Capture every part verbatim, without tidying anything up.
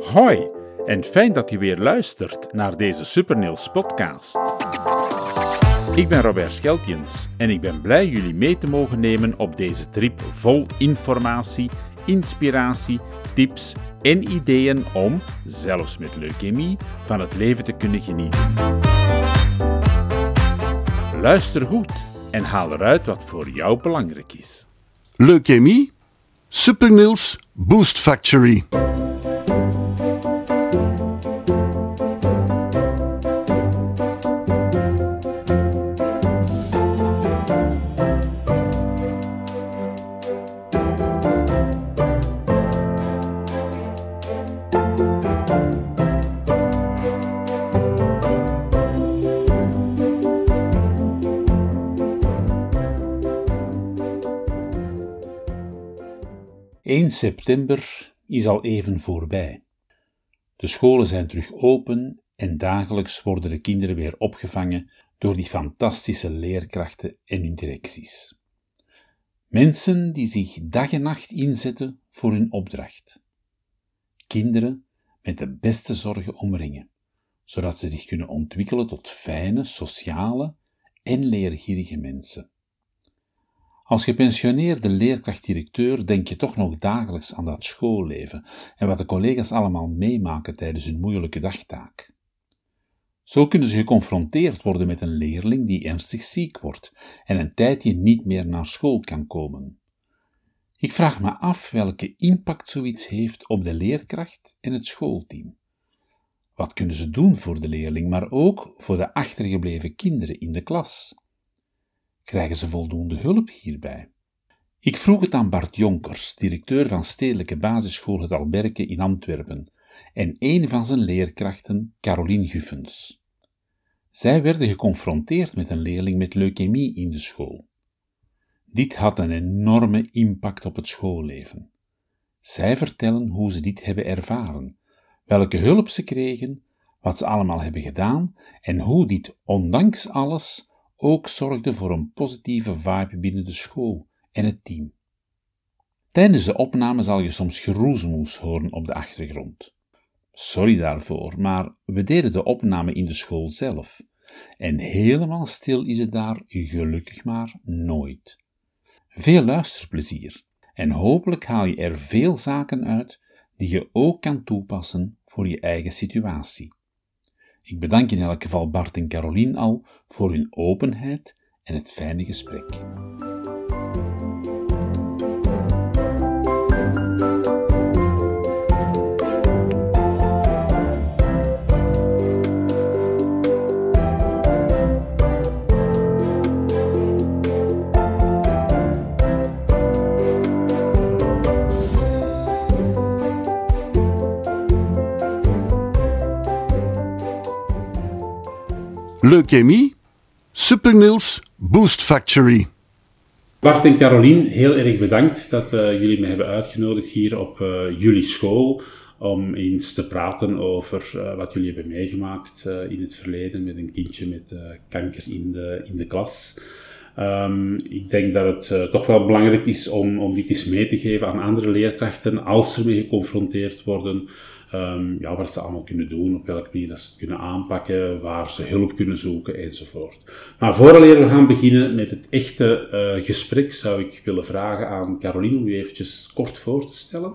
Hoi, en fijn dat je weer luistert naar deze Supernieuws podcast. Ik ben Robert Scheltjens en ik ben blij jullie mee te mogen nemen op deze trip vol informatie, inspiratie, tips en ideeën om, zelfs met leukemie, van het leven te kunnen genieten. Luister goed en haal eruit wat voor jou belangrijk is. Leukemie? Supernieuws Boost Factory. één september is al even voorbij. De scholen zijn terug open en dagelijks worden de kinderen weer opgevangen door die fantastische leerkrachten en hun directies. Mensen die zich dag en nacht inzetten voor hun opdracht. Kinderen met de beste zorgen omringen, zodat ze zich kunnen ontwikkelen tot fijne, sociale en leergierige mensen. Als gepensioneerde leerkracht-directeur denk je toch nog dagelijks aan dat schoolleven en wat de collega's allemaal meemaken tijdens hun moeilijke dagtaak. Zo kunnen ze geconfronteerd worden met een leerling die ernstig ziek wordt en een tijdje niet meer naar school kan komen. Ik vraag me af welke impact zoiets heeft op de leerkracht en het schoolteam. Wat kunnen ze doen voor de leerling, maar ook voor de achtergebleven kinderen in de klas? Krijgen ze voldoende hulp hierbij? Ik vroeg het aan Bart Jonkers, directeur van Stedelijke Basisschool Het Alberke in Antwerpen, en een van zijn leerkrachten, Caroline Guffens. Zij werden geconfronteerd met een leerling met leukemie in de school. Dit had een enorme impact op het schoolleven. Zij vertellen hoe ze dit hebben ervaren, welke hulp ze kregen, wat ze allemaal hebben gedaan en hoe dit, ondanks alles, ook zorgde voor een positieve vibe binnen de school en het team. Tijdens de opname zal je soms geroezemoes horen op de achtergrond. Sorry daarvoor, maar we deden de opname in de school zelf. En helemaal stil is het daar gelukkig maar nooit. Veel luisterplezier en hopelijk haal je er veel zaken uit die je ook kan toepassen voor je eigen situatie. Ik bedank in elk geval Bart en Caroline al voor hun openheid en het fijne gesprek. Leukemie? Supernieuws Boost Factory. Bart en Caroline, heel erg bedankt dat uh, jullie me hebben uitgenodigd hier op uh, jullie school om eens te praten over uh, wat jullie hebben meegemaakt uh, in het verleden met een kindje met uh, kanker in de, in de klas. Um, ik denk dat het uh, toch wel belangrijk is om, om dit eens mee te geven aan andere leerkrachten als ze mee geconfronteerd worden. Um, ja, wat ze allemaal kunnen doen, op welke manier dat ze het kunnen aanpakken, waar ze hulp kunnen zoeken enzovoort. Maar vooraleer we gaan beginnen met het echte uh, gesprek, zou ik willen vragen aan Caroline om u eventjes kort voor te stellen.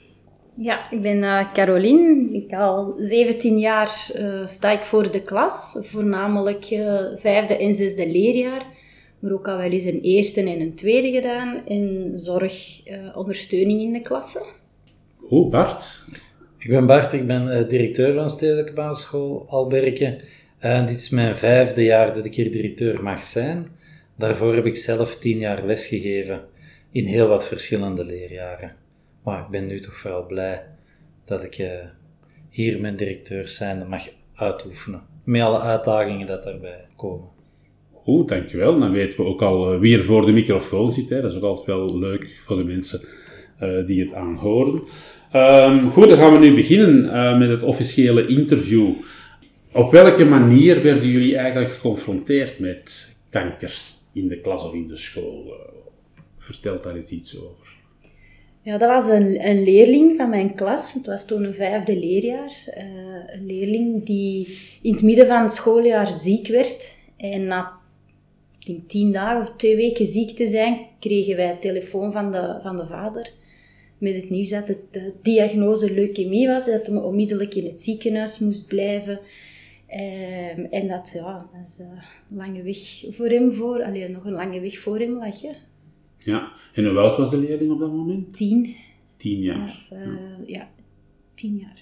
Ja, ik ben uh, Caroline. Ik al zeventien jaar uh, sta ik voor de klas, voornamelijk uh, vijfde en zesde leerjaar. Maar ook al wel eens een eerste en een tweede gedaan en zorg uh, ondersteuning in de klasse. Oh, Bart. Ik ben Bart, ik ben uh, directeur van Stedelijke Basisschool Alberke. En dit is mijn vijfde jaar dat ik hier directeur mag zijn. Daarvoor heb ik zelf tien jaar lesgegeven in heel wat verschillende leerjaren. Maar ik ben nu toch vooral blij dat ik uh, hier mijn directeur zijnde mag uitoefenen. Met alle uitdagingen dat daarbij komen. Goed, dankjewel. Dan weten we ook al uh, wie er voor de microfoon zit. Hè. Dat is ook altijd wel leuk voor de mensen uh, die het aanhoren. Um, goed, dan gaan we nu beginnen uh, met het officiële interview. Op welke manier werden jullie eigenlijk geconfronteerd met kanker in de klas of in de school? Uh, vertel daar eens iets over. Ja, dat was een, een leerling van mijn klas. Het was toen een vijfde leerjaar. Uh, een leerling die in het midden van het schooljaar ziek werd. En na ik denk, tien dagen of twee weken ziek te zijn, kregen wij een telefoon van de, van de vader. Met het nieuws dat het de diagnose leukemie was. Dat hij onmiddellijk in het ziekenhuis moest blijven. Um, en dat, ja, dat is uh, een lange weg voor hem voor. Allee, nog een lange weg voor hem lag. Hè. Ja, en hoe oud was de leerling op dat moment? Tien. Tien jaar. Ja, of, uh, ja. ja, tien jaar.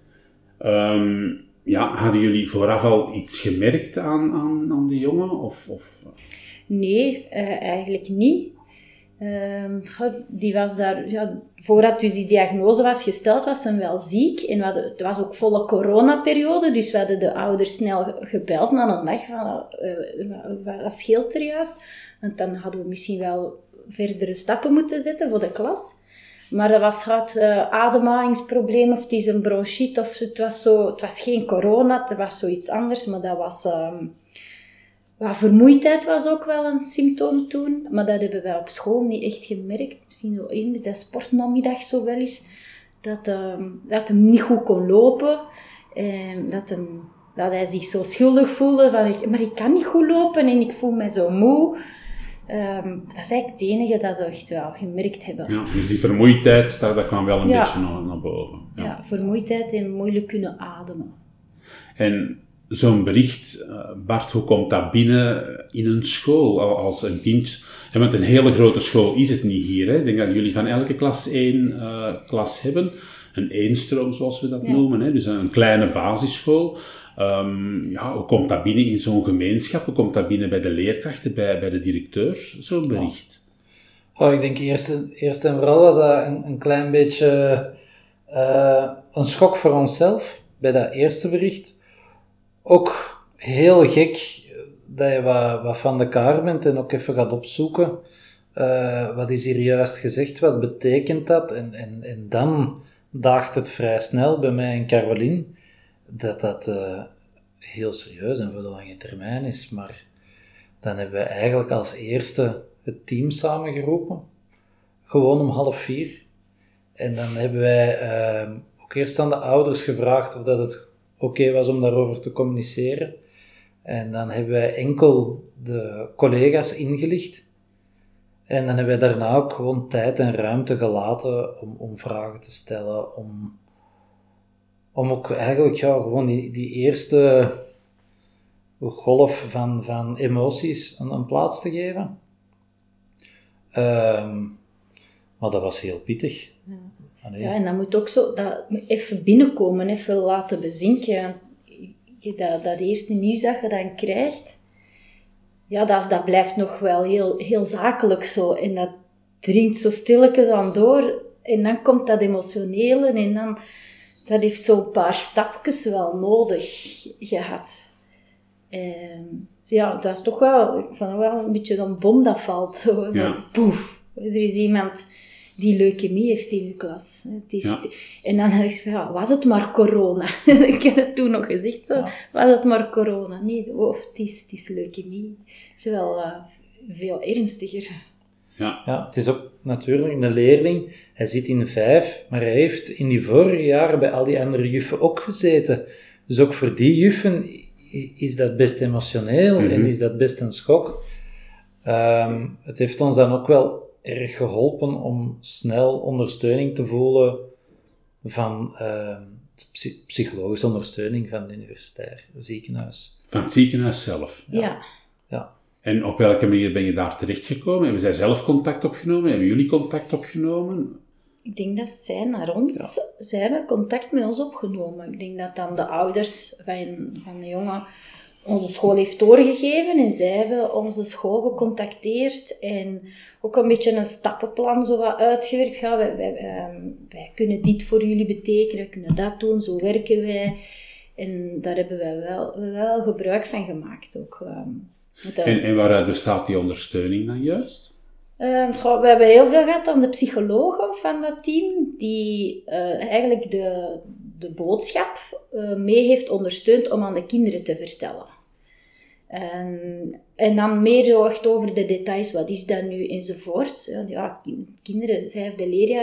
Um, ja, hadden jullie vooraf al iets gemerkt aan, aan, aan de jongen? Of, of? Nee, uh, eigenlijk niet. Uh, die was daar, ja, voordat dus die diagnose was gesteld, was hij wel ziek. En we hadden, het was ook volle coronaperiode, dus we hadden de ouders snel gebeld na een dag van, uh, wat scheelt er juist? Want dan hadden we misschien wel verdere stappen moeten zetten voor de klas. Maar dat was het uh, ademhalingsprobleem, of het is een bronchiet, of het was zo, het was geen corona, het was zoiets anders, maar dat was... Um, Ja, vermoeidheid was ook wel een symptoom toen, maar dat hebben wij op school niet echt gemerkt. Misschien zo één met de sportnamiddag zo wel eens, dat, uh, dat hij niet goed kon lopen, uh, dat, hem, dat hij zich zo schuldig voelde van, ik, maar ik kan niet goed lopen en ik voel me zo moe. Uh, dat is eigenlijk het enige dat we echt wel gemerkt hebben. Ja, dus die vermoeidheid, dat, dat kwam wel een ja. beetje naar, naar boven. Ja. Ja. ja, vermoeidheid en moeilijk kunnen ademen. En zo'n bericht, Bart, hoe komt dat binnen in een school als een kind? Want een hele grote school is het niet hier. Hè? Ik denk dat jullie van elke klas één uh, klas hebben. Een éénstroom, zoals we dat ja. noemen. Hè? Dus een kleine basisschool. Um, ja, hoe komt dat binnen in zo'n gemeenschap? Hoe komt dat binnen bij de leerkrachten, bij, bij de directeurs, zo'n bericht? Oh, ik denk eerst, eerst en vooral was dat een, een klein beetje uh, een schok voor onszelf bij dat eerste bericht. Ook heel gek dat je wat, wat van de kaart bent en ook even gaat opzoeken. Uh, wat is hier juist gezegd? Wat betekent dat? En, en, en dan daagt het vrij snel bij mij en Caroline dat dat uh, heel serieus en voor de lange termijn is. Maar dan hebben we eigenlijk als eerste het team samengeroepen. Gewoon om half vier. En dan hebben wij uh, ook eerst aan de ouders gevraagd of dat het oké okay was om daarover te communiceren. En dan hebben wij enkel de collega's ingelicht. En dan hebben wij daarna ook gewoon tijd en ruimte gelaten om, om vragen te stellen, om, om ook eigenlijk ja, gewoon die, die eerste golf van, van emoties een, een plaats te geven. Um, maar dat was heel pittig. Ja. Allee. Ja, en dat moet ook zo dat, even binnenkomen, even laten bezinken. Dat, dat eerste nieuws dat je dan krijgt, ja, dat, dat blijft nog wel heel, heel zakelijk zo. En dat dringt zo stilletjes aan door. En dan komt dat emotionele en dan... Dat heeft zo'n paar stapjes wel nodig gehad. En, dus ja, dat is toch wel... Ik vond het wel een beetje een bom dat valt. Zo, Ja. Poef. Er is iemand die leukemie heeft in de klas. Het is, Ja. En dan heb ik van, ja, was het maar corona? Ik heb het toen nog gezegd, zo. Ja. Was het maar corona? Nee, oh, het, is, het is leukemie. Het is wel uh, veel ernstiger. Ja. Ja, het is ook natuurlijk een leerling, hij zit in vijf, maar hij heeft in die vorige jaren bij al die andere juffen ook gezeten. Dus ook voor die juffen is dat best emotioneel mm-hmm. en is dat best een schok. Um, het heeft ons dan ook wel erg geholpen om snel ondersteuning te voelen van uh, psy- psychologische ondersteuning van het universitair ziekenhuis. Van het ziekenhuis zelf? Ja. ja. ja. En op welke manier ben je daar terechtgekomen? Hebben zij zelf contact opgenomen? Hebben jullie contact opgenomen? Ik denk dat zij naar ons, ja. zij hebben contact met ons opgenomen. Ik denk dat dan de ouders van, van de jongen onze school heeft doorgegeven en zij hebben onze school gecontacteerd en ook een beetje een stappenplan zo wat uitgewerkt. Ja, wij, wij, wij kunnen dit voor jullie betekenen, we kunnen dat doen, zo werken wij. En daar hebben wij wel, wel gebruik van gemaakt ook. En, en waaruit bestaat die ondersteuning dan juist? Uh, goh, we hebben heel veel gehad aan de psychologen van dat team, die uh, eigenlijk de, de boodschap uh, mee heeft ondersteund om aan de kinderen te vertellen. En, en dan meer zo echt over de details, wat is dat nu enzovoort. Ja, kinderen, vijfde leerjaar,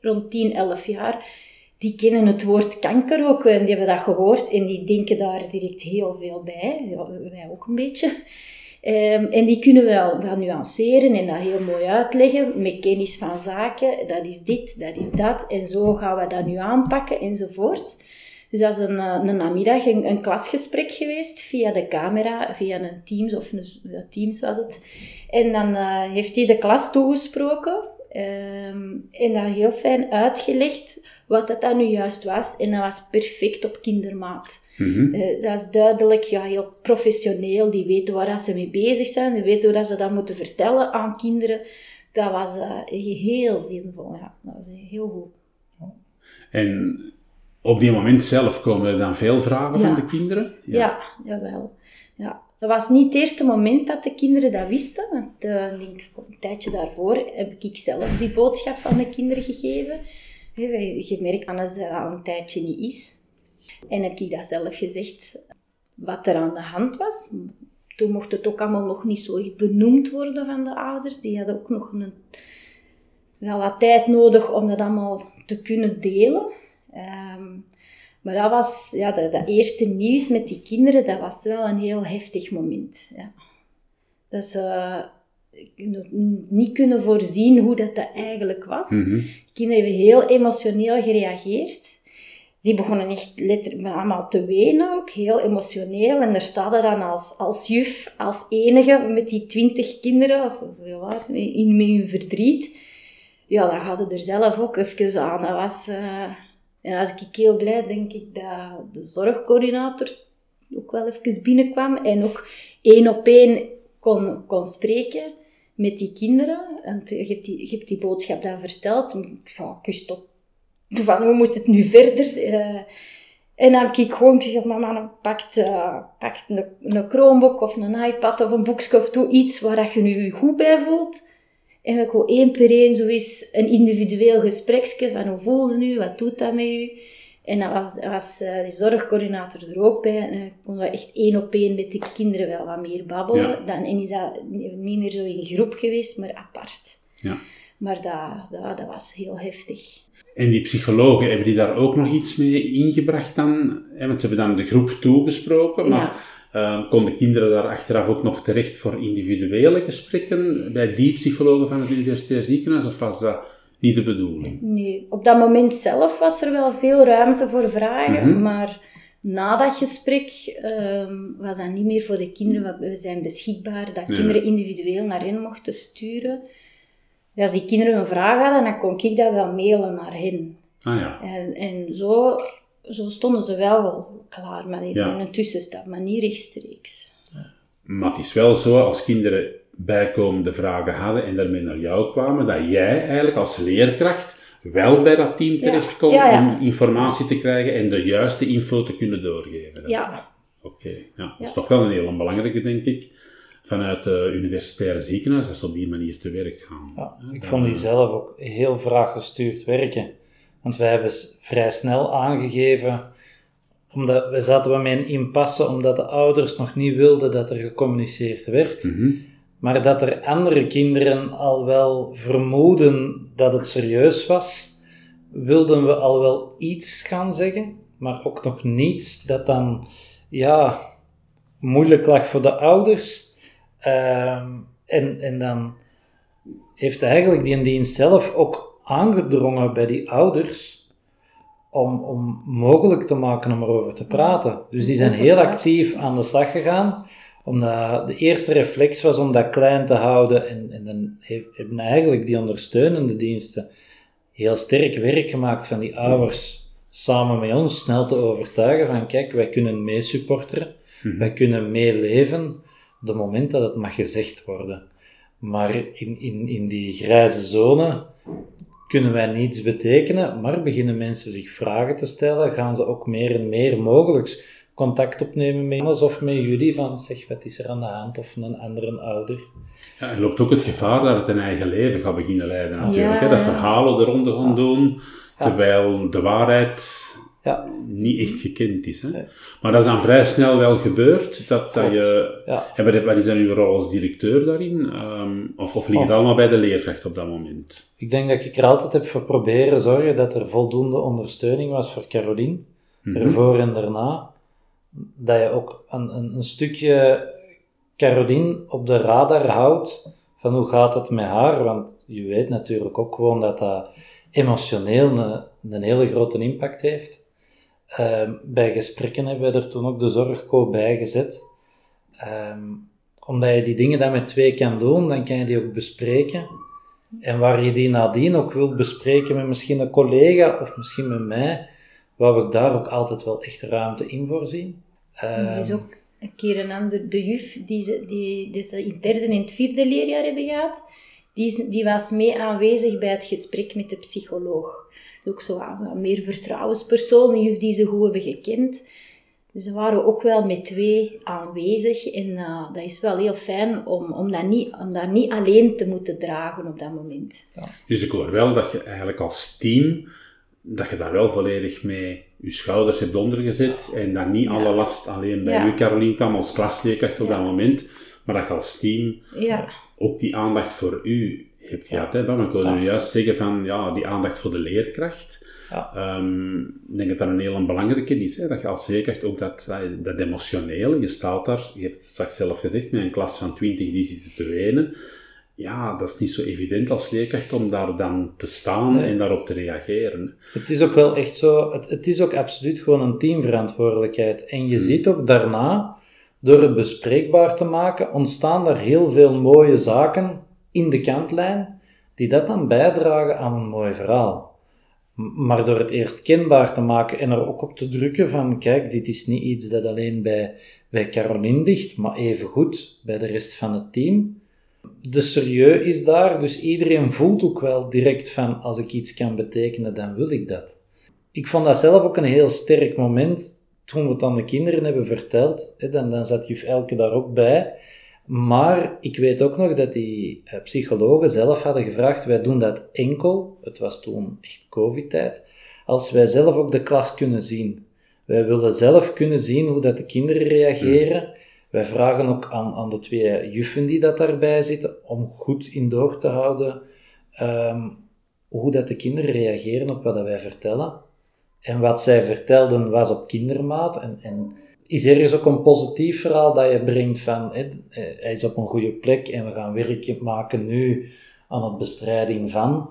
rond tien, elf jaar, die kennen het woord kanker ook en die hebben dat gehoord en die denken daar direct heel veel bij. Ja, wij ook een beetje. Um, en die kunnen wel, wel nuanceren en dat heel mooi uitleggen met kennis van zaken. Dat is dit, dat is dat en zo gaan we dat nu aanpakken enzovoort. Dus dat is een, een namiddag een, een klasgesprek geweest via de camera, via een Teams of een ja, Teams was het. En dan uh, heeft hij de klas toegesproken um, en dat heel fijn uitgelegd wat dat dan nu juist was. En dat was perfect op kindermaat. Mm-hmm. Uh, dat is duidelijk, ja, heel professioneel. Die weten waar ze mee bezig zijn. Die weten hoe dat ze dat moeten vertellen aan kinderen. Dat was uh, heel zinvol. Ja. Dat was heel goed. En op die moment zelf komen er dan veel vragen ja. van de kinderen? Ja, ja jawel. Ja. Dat was niet het eerste moment dat de kinderen dat wisten. Want uh, denk, een tijdje daarvoor heb ik zelf die boodschap aan de kinderen gegeven. Je merkt aan dat het al een tijdje niet is. En heb ik dat zelf gezegd, wat er aan de hand was. Toen mocht het ook allemaal nog niet zo echt benoemd worden van de ouders. Die hadden ook nog een, wel wat tijd nodig om dat allemaal te kunnen delen. Um, maar dat was, ja, dat, dat eerste nieuws met die kinderen, dat was wel een heel heftig moment. Ja. Dat ze uh, niet kunnen voorzien hoe dat, dat eigenlijk was. Mm-hmm. De kinderen hebben heel emotioneel gereageerd. Die begonnen echt letterlijk allemaal te wenen ook, heel emotioneel. En er staat er dan als, als juf, als enige, met die twintig kinderen, of veel waar, in met hun verdriet. Ja, dan gaat het er zelf ook even aan. Dat was, uh, en als ik heel blij, denk ik, dat de zorgcoördinator ook wel even binnenkwam. En ook één op één kon, kon spreken met die kinderen. En je hebt die, je hebt die boodschap dan verteld. Ja, ik wist ook van, hoe moet het nu verder? Uh, en dan heb ik gewoon gezegd, mama, pakt, uh, pakt een, een Chromebook of een iPad of een boekje of doe iets waar je nu goed bij voelt. En we gewoon één per één zo eens een individueel gespreksje van hoe voelde u, wat doet dat met u? En dan was, was uh, die zorgcoördinator er ook bij. En dan konden we echt één op één met de kinderen wel wat meer babbelen. Ja. Dan, en is dat niet meer zo in groep geweest, maar apart. Ja. Maar dat, dat, dat was heel heftig. En die psychologen, hebben die daar ook nog iets mee ingebracht dan? Want ze hebben dan de groep toegesproken, maar ja. uh, konden kinderen daar achteraf ook nog terecht voor individuele gesprekken bij die psychologen van het Universitair Ziekenhuis, of was dat niet de bedoeling? Nee, op dat moment zelf was er wel veel ruimte voor vragen, mm-hmm. maar na dat gesprek um, was dat niet meer voor de kinderen. We zijn beschikbaar dat ja. kinderen individueel naar hen mochten sturen. Als die kinderen een vraag hadden, dan kon ik dat wel mailen naar hen. Ah, ja. En, en zo, zo stonden ze wel klaar met ja. een tussenstap, maar niet rechtstreeks. Maar het is wel zo, als kinderen bijkomende vragen hadden en daarmee naar jou kwamen, dat jij eigenlijk als leerkracht wel bij dat team terecht kon ja. Ja, ja. om informatie te krijgen en de juiste info te kunnen doorgeven. Ja. Oké, okay. ja, dat is ja. toch wel een heel belangrijke, denk ik. Vanuit het universitaire ziekenhuis, dat ze op die manier te werk gaan. Ja, ik Dan, vond die zelf ook heel vraaggestuurd werken. Want wij hebben vrij snel aangegeven, omdat we zaten wat met een impasse, omdat de ouders nog niet wilden dat er gecommuniceerd werd. Mm-hmm. Maar dat er andere kinderen al wel vermoeden dat het serieus was, wilden we al wel iets gaan zeggen, maar ook nog niets dat dan, ja, moeilijk lag voor de ouders. Uh, en, en dan heeft eigenlijk die dienst zelf ook aangedrongen bij die ouders om, om mogelijk te maken om erover te praten. Dus die zijn heel actief aan de slag gegaan, omdat de eerste reflex was om dat klein te houden en, en dan hebben eigenlijk die ondersteunende diensten heel sterk werk gemaakt van die ouders samen met ons snel te overtuigen van kijk, wij kunnen meesupporteren, mm-hmm. wij kunnen meeleven op het moment dat het mag gezegd worden. Maar in, in, in die grijze zone kunnen wij niets betekenen, maar beginnen mensen zich vragen te stellen, gaan ze ook meer en meer mogelijk contact opnemen met ons of met jullie, van zeg, wat is er aan de hand, of een andere ouder. Ja, en loopt ook het gevaar dat het een eigen leven gaat beginnen leiden natuurlijk, ja. hè? Dat verhalen er rond gaan doen, terwijl de waarheid Ja. niet echt gekend is. Hè? Nee. Maar dat is dan vrij snel wel gebeurd. Dat, dat je, Ja. en wat, wat is dan uw rol als directeur daarin? Um, of, of ligt het Oh. allemaal bij de leerkracht op dat moment? Ik denk dat ik er altijd heb voor proberen zorgen dat er voldoende ondersteuning was voor Caroline, Mm-hmm. ervoor en daarna. Dat je ook een, een, een stukje Caroline op de radar houdt van hoe gaat het met haar, want je weet natuurlijk ook gewoon dat dat emotioneel een, een hele grote impact heeft. Uh, bij gesprekken hebben we er toen ook de zorgco bij gezet. Um, omdat je die dingen dan met twee kan doen, dan kan je die ook bespreken. En waar je die nadien ook wilt bespreken met misschien een collega of misschien met mij, wou ik daar ook altijd wel echt ruimte in voorzien. Um, er is ook een keer een ander, de juf die ze, die, die ze in het derde en het vierde leerjaar hebben gehad, die, is, die was mee aanwezig bij het gesprek met de psycholoog. Ook zo een meer vertrouwenspersoon, een juf die ze goed hebben gekend. Dus ze waren ook wel met twee aanwezig en uh, dat is wel heel fijn om, om, dat niet, om dat niet alleen te moeten dragen op dat moment. Ja. Dus ik hoor wel dat je eigenlijk als team, dat je daar wel volledig mee je schouders hebt ondergezet en dat niet Ja. alle last alleen bij Ja. u, Caroline, kwam als klasleerkracht op Ja. dat moment, maar dat je als team Ja, ook die aandacht voor u hebt gehad. Hè? Maar ik wilde Ja. nu juist zeggen van, ja, die aandacht voor de leerkracht. Ja. Um, ik denk dat dat een heel belangrijke is, hè? Dat je als leerkracht ook dat, dat emotionele, je staat daar, je hebt het straks zelf gezegd, met een klas van twintig die zitten te wenen. Ja, dat is niet zo evident als leerkracht om daar dan te staan Nee. en daarop te reageren. Het is ook wel echt zo, het, het is ook absoluut gewoon een teamverantwoordelijkheid. En je ziet ook daarna, door het bespreekbaar te maken, ontstaan er heel veel mooie zaken in de kantlijn, die dat dan bijdragen aan een mooi verhaal. M- Maar door het eerst kenbaar te maken en er ook op te drukken van, kijk, dit is niet iets dat alleen bij, bij Caroline ligt, maar evengoed bij de rest van het team. De serieus is daar, dus iedereen voelt ook wel direct van, als ik iets kan betekenen, dan wil ik dat. Ik vond dat zelf ook een heel sterk moment, toen we het aan de kinderen hebben verteld, hè, dan, dan zat juf Elke daar ook bij. Maar ik weet ook nog dat die uh, psychologen zelf hadden gevraagd, wij doen dat enkel, het was toen echt covid-tijd, als wij zelf ook de klas kunnen zien. Wij willen zelf kunnen zien hoe dat de kinderen reageren. Mm. Wij vragen ook aan, aan de twee juffen die dat daarbij zitten, om goed in door te houden um, hoe dat de kinderen reageren op wat dat wij vertellen. En wat zij vertelden was op kindermaat. En, en is ergens ook een positief verhaal dat je brengt van, hè, hij is op een goede plek en we gaan werk maken nu aan het bestrijding van.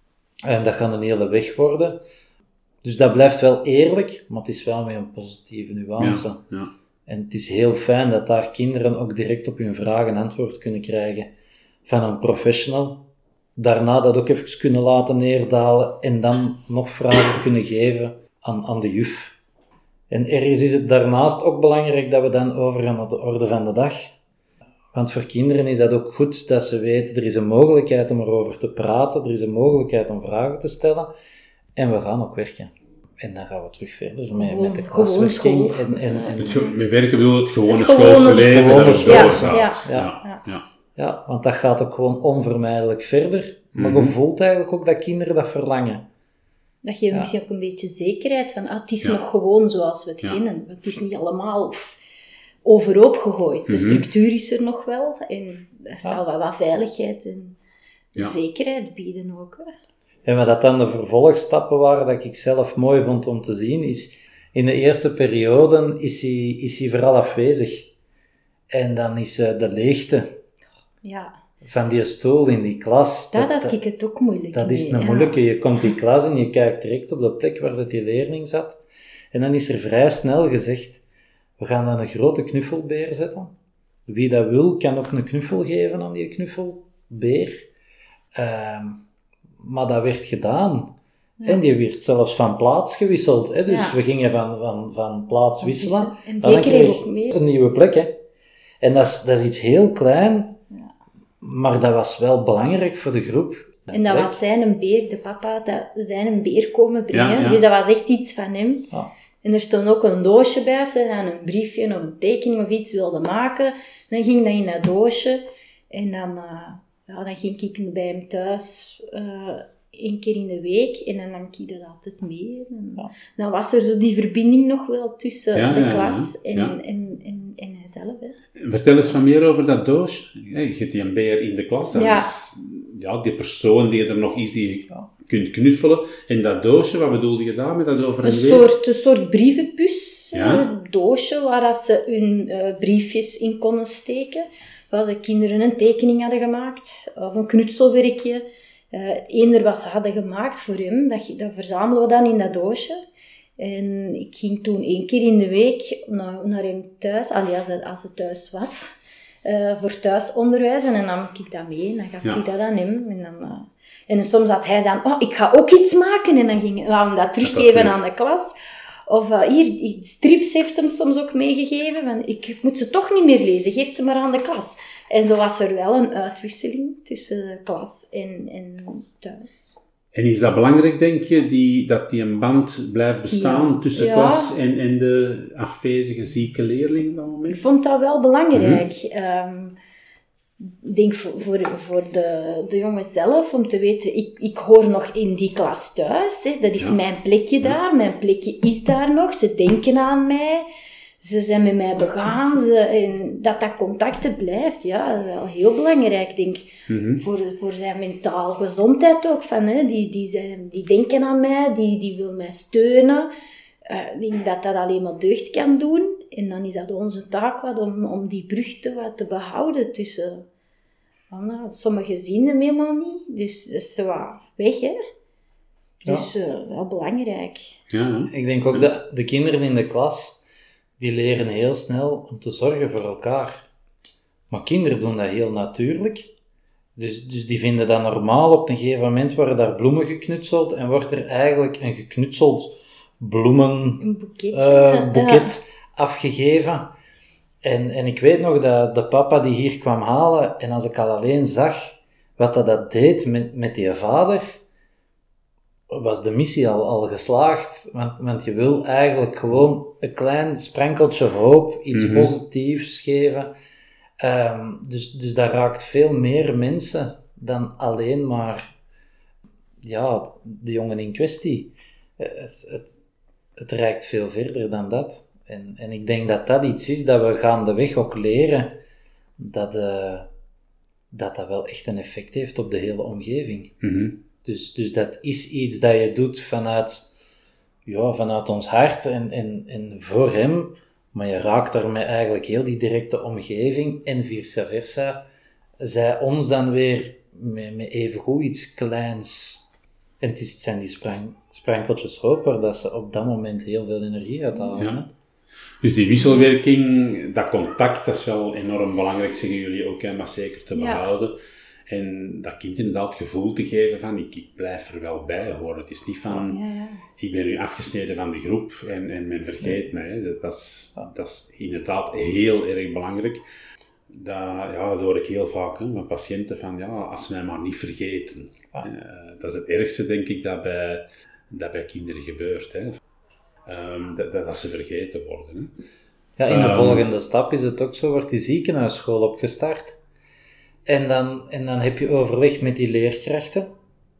En dat gaat een hele weg worden. Dus dat blijft wel eerlijk, maar het is wel met een positieve nuance. Ja, ja. En het is heel fijn dat daar kinderen ook direct op hun vragen antwoord kunnen krijgen van een professional. Daarna dat ook even kunnen laten neerdalen en dan nog vragen kunnen geven aan, aan de juf. En ergens is het daarnaast ook belangrijk dat we dan overgaan naar de orde van de dag. Want voor kinderen is dat ook goed dat ze weten, er is een mogelijkheid om erover te praten, er is een mogelijkheid om vragen te stellen. En we gaan ook werken. En dan gaan we terug verder met, met de klaswerking. En, en, en... Het ge- met werken bedoel het gewone Het schoolse gewone leven. gewone dat het school- doorgaat. ja, ja, ja. ja. Ja, want dat gaat ook gewoon onvermijdelijk verder. Maar Mhm. je voelt eigenlijk ook dat kinderen dat verlangen. Dat geeft Ja. misschien ook een beetje zekerheid van, ah, het is Ja. nog gewoon zoals we het Ja. kennen. Het is niet allemaal pff, overhoop gegooid. De Mhm. structuur is er nog wel en er zal Ja. wel wat veiligheid en Ja. zekerheid bieden ook. Hè. En wat dat dan de vervolgstappen waren, dat ik zelf mooi vond om te zien, is in de eerste periode is hij, is hij vooral afwezig. En dan is uh, de leegte Ja, van die stoel in die klas. daar had ik het ook moeilijk Dat is mee, een ja. moeilijke. Je komt die klas en je kijkt direct op de plek waar dat die leerling zat. En dan is er vrij snel gezegd, we gaan dan een grote knuffelbeer zetten. Wie dat wil, kan ook een knuffel geven aan die knuffelbeer. Um, maar dat werd gedaan. Ja. En die werd zelfs van plaats gewisseld. Hè? Dus Ja. we gingen van, van, van plaats wisselen. En Dan die kreeg kreeg ook meer. een nieuwe plek. Hè? En dat is, dat is iets heel klein, Ja. maar dat was wel belangrijk voor de groep. En dat Plek. was zijn een beer, de papa, dat zijn een beer komen brengen. Ja, ja. Dus dat was echt iets van hem. Ja. En er stond ook een doosje bij, als hij dan een briefje of een tekening of iets wilde maken. Dan ging dat in dat doosje. En dan, uh, ja, dan ging ik bij hem thuis uh, één keer in de week en dan nam ik dat altijd mee. En Ja. dan was er zo die verbinding nog wel tussen Ja, de ja, klas ja. en, Ja. en, en, en hijzelf. Hè. Vertel eens wat meer over dat doosje. Ja, je hebt die een beer in de klas. Dat Ja. is ja, die persoon die er nog is, die je Ja. kunt knuffelen. En dat doosje, wat bedoelde je daar met dat over en Een weer? soort, een soort brievenbus, Ja. een doosje waar dat ze hun uh, briefjes in konden steken. Waar de kinderen een tekening hadden gemaakt, of een knutselwerkje. Uh, eender wat ze hadden gemaakt voor hem, dat, dat verzamelen we dan in dat doosje. En ik ging toen één keer in de week naar, naar hem thuis, allee, als, hij, als hij thuis was, uh, voor thuisonderwijs. En dan nam ik dat mee en dan gaf Ja. ik dat aan hem. En, dan, uh, en soms had hij dan, oh, ik ga ook iets maken. En dan ging hij hem dat teruggeven terug. aan de klas. Of uh, hier, die strips heeft hem soms ook meegegeven. Van, ik moet ze toch niet meer lezen, geef ze maar aan de klas. En zo was er wel een uitwisseling tussen de klas en, en thuis. En is dat belangrijk, denk je, die, dat die een band blijft bestaan Ja. tussen Ja. klas en, en de afwezige zieke leerling op dat Ik moment? vond dat wel belangrijk. Mm-hmm. Um, ik denk voor, voor, voor de, de jongens zelf, om te weten, ik, ik hoor nog in die klas thuis. Hè. Dat is Ja. mijn plekje daar, mijn plekje is daar nog. Ze denken aan mij, ze zijn met mij begaan. Ze, en dat dat contact blijft, ja, wel heel belangrijk, denk ik. Mhm. Voor, voor zijn mentaal gezondheid ook. Van, hè, die, die, zijn, die denken aan mij, die, die wil mij steunen. Uh, ik denk dat dat alleen maar deugd kan doen. En dan is dat onze taak wat om, om die brug te, wat te behouden tussen... Nou, sommigen zien hem helemaal niet. Dus dat is zo wat weg, hè. Dus ja. uh, wel belangrijk. Ja. Ik denk ook dat de kinderen in de klas, die leren heel snel om te zorgen voor elkaar. Maar kinderen doen dat heel natuurlijk. Dus, dus die vinden dat normaal. Op een gegeven moment worden daar bloemen geknutseld en wordt er eigenlijk een geknutseld bloemen Een boeketje. uh, boeket ja. afgegeven. En, en ik weet nog dat de papa die hier kwam halen, en als ik al alleen zag wat dat, dat deed met, met die vader, was de missie al, al geslaagd. Want, want je wil eigenlijk gewoon een klein sprankeltje hoop, iets mm-hmm. positiefs geven. Um, dus, dus dat raakt veel meer mensen dan alleen maar ja, de jongen in kwestie. Het, het, het reikt veel verder dan dat. En, en ik denk dat dat iets is dat we gaandeweg ook leren, dat, uh, dat dat wel echt een effect heeft op de hele omgeving. Mm-hmm. Dus, dus dat is iets dat je doet vanuit, ja, vanuit ons hart en, en, en voor hem, maar je raakt daarmee eigenlijk heel die directe omgeving en vice versa. Zij ons dan weer met, met evengoed iets kleins. En het, is, het zijn die sprang, sprankeltjes hoop waar dat ze op dat moment heel veel energie uit halen. Ja. Dus die wisselwerking, dat contact, dat is wel enorm belangrijk, zeggen jullie ook, hè, maar zeker te behouden. Ja. En dat kind inderdaad het gevoel te geven van, ik, ik blijf er wel bij horen. Het is niet van, ja, ja. ik ben nu afgesneden van de groep en, en men vergeet mij. Hè. Dat, dat, is, dat is inderdaad heel erg belangrijk. Dat, ja, dat hoor ik heel vaak hè, van patiënten van, ja, als ze mij maar niet vergeten. Ja. Uh, dat is het ergste, denk ik, dat bij, dat bij kinderen gebeurt. Hè. Um, dat, dat ze vergeten worden. Hè. Ja, in de um, volgende stap is het ook zo, wordt die ziekenhuisschool opgestart. En dan, en dan heb je overleg met die leerkrachten.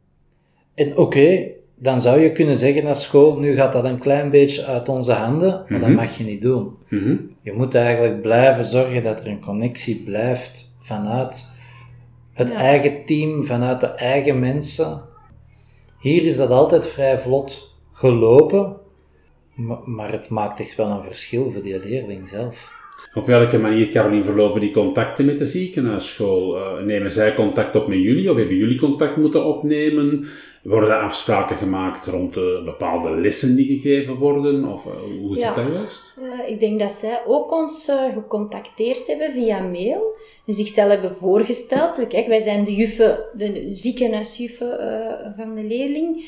En oké, okay, dan zou je kunnen zeggen als school, nu gaat dat een klein beetje uit onze handen, maar mm-hmm. dat mag je niet doen. Mm-hmm. Je moet eigenlijk blijven zorgen dat er een connectie blijft vanuit het ja. eigen team, vanuit de eigen mensen. Hier is dat altijd vrij vlot gelopen, maar het maakt echt wel een verschil voor die leerling zelf. Op welke manier, Caroline, verlopen die contacten met de ziekenhuisschool? Uh, nemen zij contact op met jullie of hebben jullie contact moeten opnemen? Worden er afspraken gemaakt rond de bepaalde lessen die gegeven worden? Of uh, hoe is ja. het dat juist? Uh, ik denk dat zij ook ons uh, gecontacteerd hebben via mail en zichzelf hebben voorgesteld. Kijk, wij zijn de juffen, de ziekenhuisjuffen uh, van de leerling.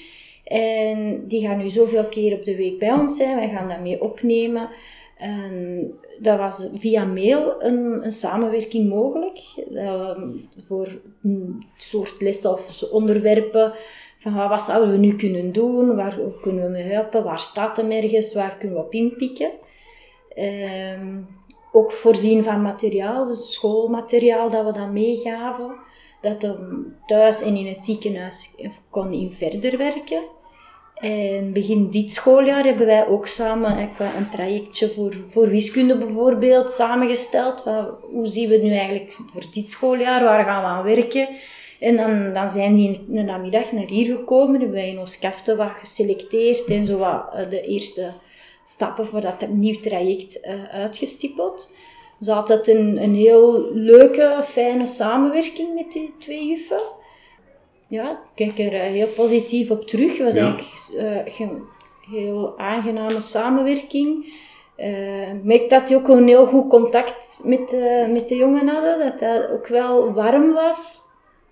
En die gaan nu zoveel keer op de week bij ons zijn. Wij gaan dat mee opnemen. En dat was via mail een, een samenwerking mogelijk. Uh, voor een soort lessen of onderwerpen. Van wat zouden we nu kunnen doen? Waar kunnen we mee helpen? Waar staat hem ergens? Waar kunnen we op inpikken? Uh, ook voorzien van materiaal, dus schoolmateriaal dat we dan meegaven. dat hij thuis en in het ziekenhuis kon in verder werken. En begin dit schooljaar hebben wij ook samen een trajectje voor, voor wiskunde bijvoorbeeld samengesteld. Van hoe zien we het nu eigenlijk voor dit schooljaar, waar gaan we aan werken? En dan, dan zijn die in de namiddag naar hier gekomen, hebben wij in ons kafte wat geselecteerd en zo wat de eerste stappen voor dat nieuw traject uh, uitgestippeld. Dus altijd een, een heel leuke, fijne samenwerking met die twee juffen. Ja, ik kijk er uh, heel positief op terug. Het was ja. eigenlijk uh, een heel aangename samenwerking. Uh, ik merk dat die ook een heel goed contact met, uh, met de jongen hadden. Dat dat ook wel warm was.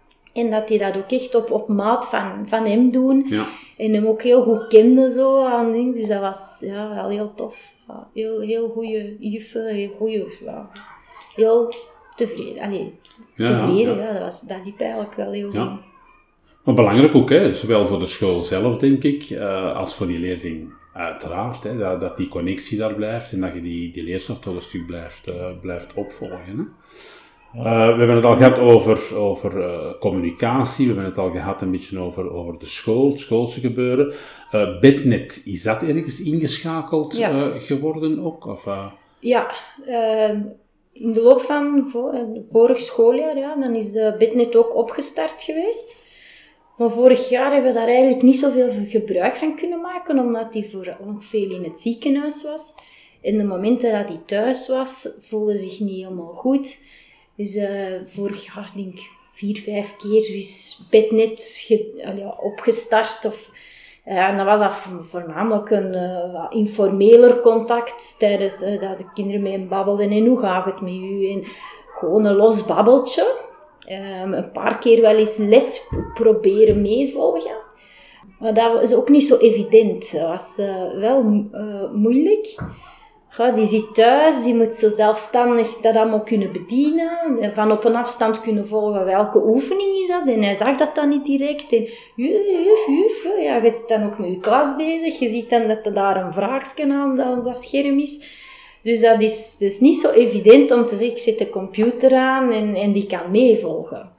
En dat die dat ook echt op, op maat van, van hem doen. Ja. En hem ook heel goed kende zo aan dingen. Dus dat was ja, wel heel tof. Ja, heel, heel goede juffen, heel goede, ja, heel tevreden. Allee, Ja, tevreden, ja. ja, dat, was, dat liep eigenlijk wel heel Ja. goed. Maar belangrijk ook, hè, zowel voor de school zelf, denk ik, uh, als voor die leerling uiteraard. Hè, dat, dat die connectie daar blijft en dat je die, die leerstof toch een stuk blijft, uh, blijft opvolgen. Hè. Uh, we hebben het al gehad over, over uh, communicatie, we hebben het al gehad een beetje over, over de school, het schoolse gebeuren. Uh, Bednet, is dat ergens ingeschakeld Ja. uh, geworden ook? Of, uh... Ja, uh, in de loop van vo- uh, vorig schooljaar, ja, dan is de Bednet ook opgestart geweest. Maar vorig jaar hebben we daar eigenlijk niet zoveel gebruik van kunnen maken, omdat die voor nog veel in het ziekenhuis was. En de momenten dat hij thuis was, voelde zich niet helemaal goed. Dus uh, vorig jaar, denk ik, vier, vijf keer is Bednet ge- uh, ja, opgestart. Of, uh, en dan was dat voornamelijk een uh, wat informeler contact tijdens uh, dat de kinderen met hem babbelden. En hoe gaat het met u? En gewoon een los babbeltje. Um, een paar keer wel eens les proberen meevolgen. Maar dat is ook niet zo evident. Dat was uh, wel uh, moeilijk. Ja, die zit thuis, die moet zo zelfstandig dat allemaal kunnen bedienen. Van op een afstand kunnen volgen welke oefening is dat. En hij zag dat dan niet direct. En juf, juf, ja, je zit dan ook met je klas bezig. Je ziet dan dat er daar een vraagje aan, aan dat scherm is. Dus dat is, dat is niet zo evident om te zeggen, ik zet de computer aan en, en die kan meevolgen.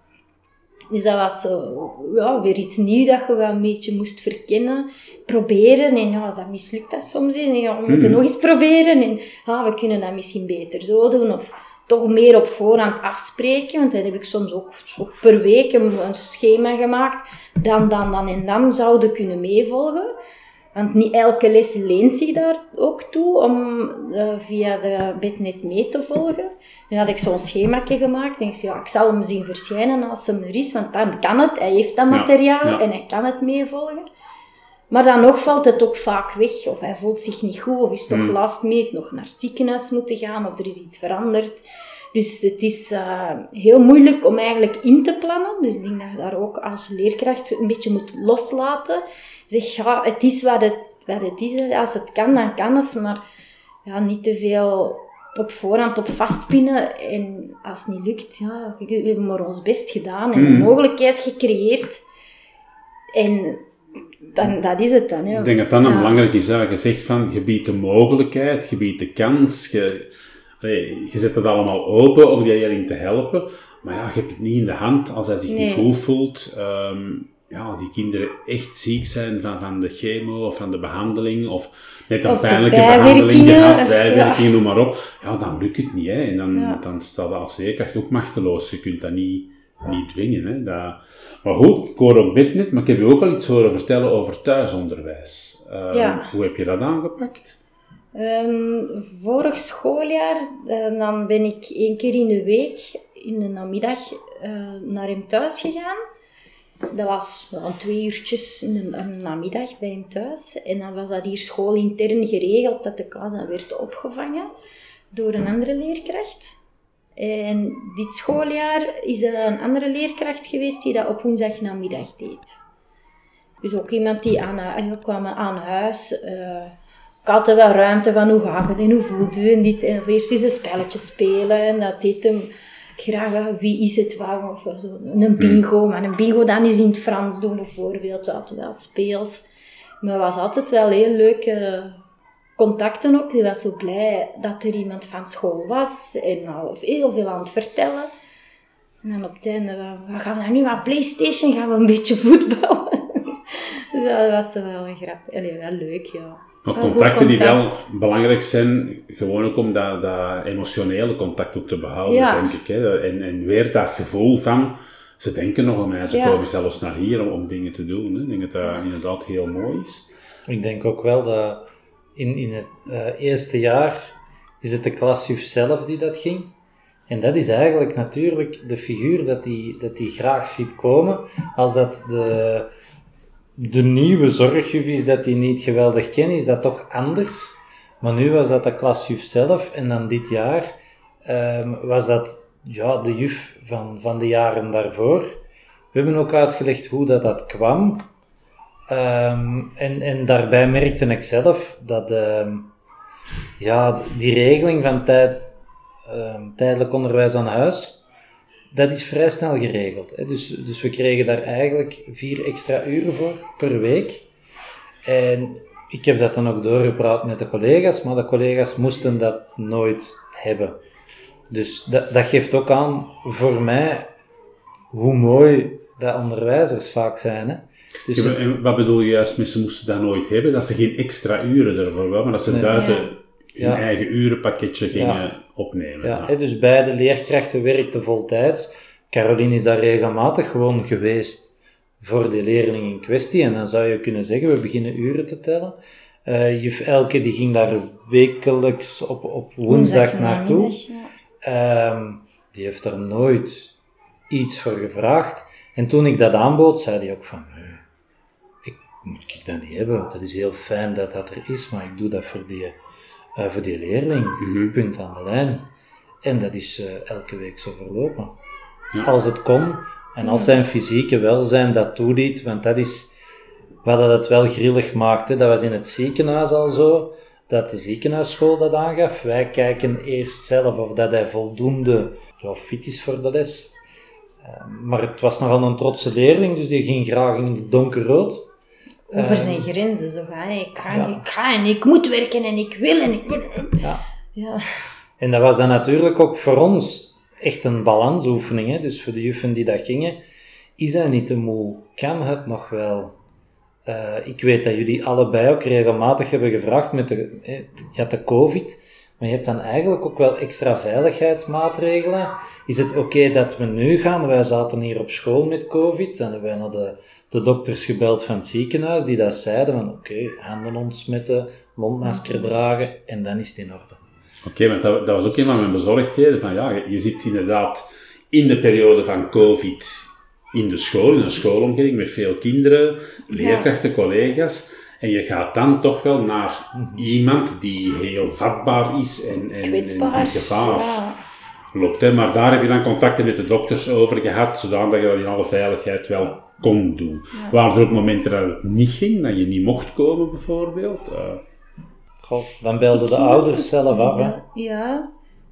Dus dat was zo, ja, weer iets nieuws dat je wel een beetje moest verkennen, proberen. En ja, dat mislukt dat soms. En ja, we moeten mm. nog eens proberen. En ah, we kunnen dat misschien beter zo doen. Of toch meer op voorhand afspreken. Want dan heb ik soms ook, ook per week een, een schema gemaakt. Dan, dan, dan en dan zouden kunnen meevolgen. Want niet elke les leent zich daar ook toe om uh, via de Bednet mee te volgen. Nu had ik zo'n schemaatje gemaakt en ik zei, ja, ik zal hem zien verschijnen als hem er is, want dan kan het, hij heeft dat materiaal ja, ja. en hij kan het meevolgen. Maar dan nog valt het ook vaak weg, of hij voelt zich niet goed, of is toch mm. last minute nog naar het ziekenhuis moeten gaan, of er is iets veranderd. Dus het is uh, heel moeilijk om eigenlijk in te plannen. Dus ik denk dat je daar ook als leerkracht een beetje moet loslaten. Zeg, ja, het is wat het, wat het is. Als het kan, dan kan het. Maar ja, niet te veel op voorhand op vastpinnen. En als het niet lukt, ja, we hebben maar ons best gedaan. En mm. een mogelijkheid gecreëerd. En dan, dat is het dan. Ja. Ik denk dat dat ja. een belangrijk is. Hè. Je zegt van, je biedt de mogelijkheid, je biedt de kans. Je, allee, je zet het allemaal open om die leerling te helpen. Maar ja, je hebt het niet in de hand als hij zich nee. niet goed voelt. Um, Ja, als die kinderen echt ziek zijn van, van de chemo of van de behandeling, of net een of pijnlijke behandeling gehad, bijwerkingen, ja. noem maar op, ja, dan lukt het niet, hè. En dan, ja. dan staat dat als leerkracht ook machteloos. Je kunt dat niet, niet dwingen, hè. Dat... Maar goed, ik hoor ook Bednet, maar ik heb je ook al iets horen vertellen over thuisonderwijs. Uh, ja. Hoe heb je dat aangepakt? Um, vorig schooljaar, uh, dan ben ik één keer in de week, in de namiddag, uh, naar hem thuis gegaan. Dat was wel twee uurtjes in de, een namiddag bij hem thuis. En dan was dat hier schoolintern geregeld dat de klas dan werd opgevangen door een andere leerkracht. En dit schooljaar is er een andere leerkracht geweest die dat op woensdagnamiddag deed. Dus ook iemand die aan, en kwam aan huis. Uh, ik had er wel ruimte van hoe gaat het en hoe voelt u en dit. En eerst eens een spelletje spelen en dat deed hem... Graag, wie is het wel? Of zo, een bingo, maar een bingo dan is in het Frans doen bijvoorbeeld, dat wel speels. Maar het was altijd wel heel leuke contacten ook. Die was zo blij dat er iemand van school was en al heel veel aan het vertellen. En dan op het einde, we, we gaan nu aan PlayStation, gaan we een beetje voetballen. Dus dat was wel een grap. Allee, wel leuk, ja. Maar Wel contacten goed die wel contact. belangrijk zijn, gewoon ook om dat, dat emotionele contact ook te behouden, Ja. denk ik. Hè. En, en weer dat gevoel van, ze denken nog aan mij, ze Ja. komen zelfs naar hier om, om dingen te doen. Hè. Ik denk dat dat inderdaad heel mooi is. Ik denk ook wel dat in, in het uh, eerste jaar is het de klasjuf zelf die dat ging. En dat is eigenlijk natuurlijk de figuur dat die, dat die graag ziet komen. Als dat de, de nieuwe zorgjuf is dat die niet geweldig kent, is dat toch anders. Maar nu was dat de klasjuf zelf. En dan dit jaar um, was dat ja, de juf van, van de jaren daarvoor. We hebben ook uitgelegd hoe dat, dat kwam. Um, en, en daarbij merkte ik zelf dat um, ja, die regeling van tijd, um, tijdelijk onderwijs aan huis, dat is vrij snel geregeld. Hè. Dus, dus we kregen daar eigenlijk vier extra uren voor per week. En ik heb dat dan ook doorgepraat met de collega's, maar de collega's moesten dat nooit hebben. Dus dat, dat geeft ook aan, voor mij, hoe mooi dat onderwijzers vaak zijn. Hè. Dus Ja, en wat bedoel je juist met ze moesten dat nooit hebben? Dat ze geen extra uren ervoor wel, maar dat ze Nee. buiten Ja. hun Ja. eigen urenpakketje gingen Ja. opnemen. Ja, Ja. hè, dus beide leerkrachten werkten voltijds. Caroline is daar regelmatig gewoon geweest voor de leerling in kwestie. En dan zou je kunnen zeggen, we beginnen uren te tellen. Uh, juf Elke die ging daar wekelijks op, op woensdag naartoe. Ja. Um, die heeft daar nooit iets voor gevraagd. En toen ik dat aanbood, zei hij ook van... nee, ik moet ik dat niet hebben. Dat is heel fijn dat dat er is, maar ik doe dat voor die, uh, voor die leerling. Mhm. Punt aan de lijn. En dat is uh, elke week zo verlopen. Ja. Als het kon. En als zijn fysieke welzijn dat toeliet, want dat is wat dat het wel grillig maakte. Dat was in het ziekenhuis al zo, dat de ziekenhuisschool dat aangaf. Wij kijken eerst zelf of dat hij voldoende ja, fit is voor de les. Uh, maar het was nogal een trotse leerling, dus die ging graag in het donkerrood. Over Uh, zijn grenzen zo gaan. hè. Ik ga, Ja. ik ga en ik moet werken en ik wil en ik wil. Ja. Ja. En dat was dan natuurlijk ook voor ons echt een balansoefening. Hè? Dus voor de juffen die dat gingen, is hij niet te moe? Kan het nog wel? Uh, ik weet dat jullie allebei ook regelmatig hebben gevraagd met de, eh, je had de COVID, maar je hebt dan eigenlijk ook wel extra veiligheidsmaatregelen. Is het oké okay dat we nu gaan? Wij zaten hier op school met COVID, dan hebben wij naar de, de dokters gebeld van het ziekenhuis, die dat zeiden van oké, okay, handen ontsmetten, mondmasker dragen en dan is het in orde. Oké, okay, maar dat, dat was ook een van mijn bezorgdheden. Van, ja, je, je zit inderdaad in de periode van COVID in de school, in een schoolomgeving met veel kinderen, leerkrachten, collega's. En je gaat dan toch wel naar mm-hmm. iemand die heel vatbaar is en, en, Kwetsbaar. en die gevaar Ja. loopt. Hè. Maar daar heb je dan contacten met de dokters over gehad, zodat je dat in alle veiligheid wel kon doen. Ja. Waren er ook momenten dat het niet ging, dat je niet mocht komen bijvoorbeeld? Uh, Goh, dan belden de ouders zelf af. Hè. Ja.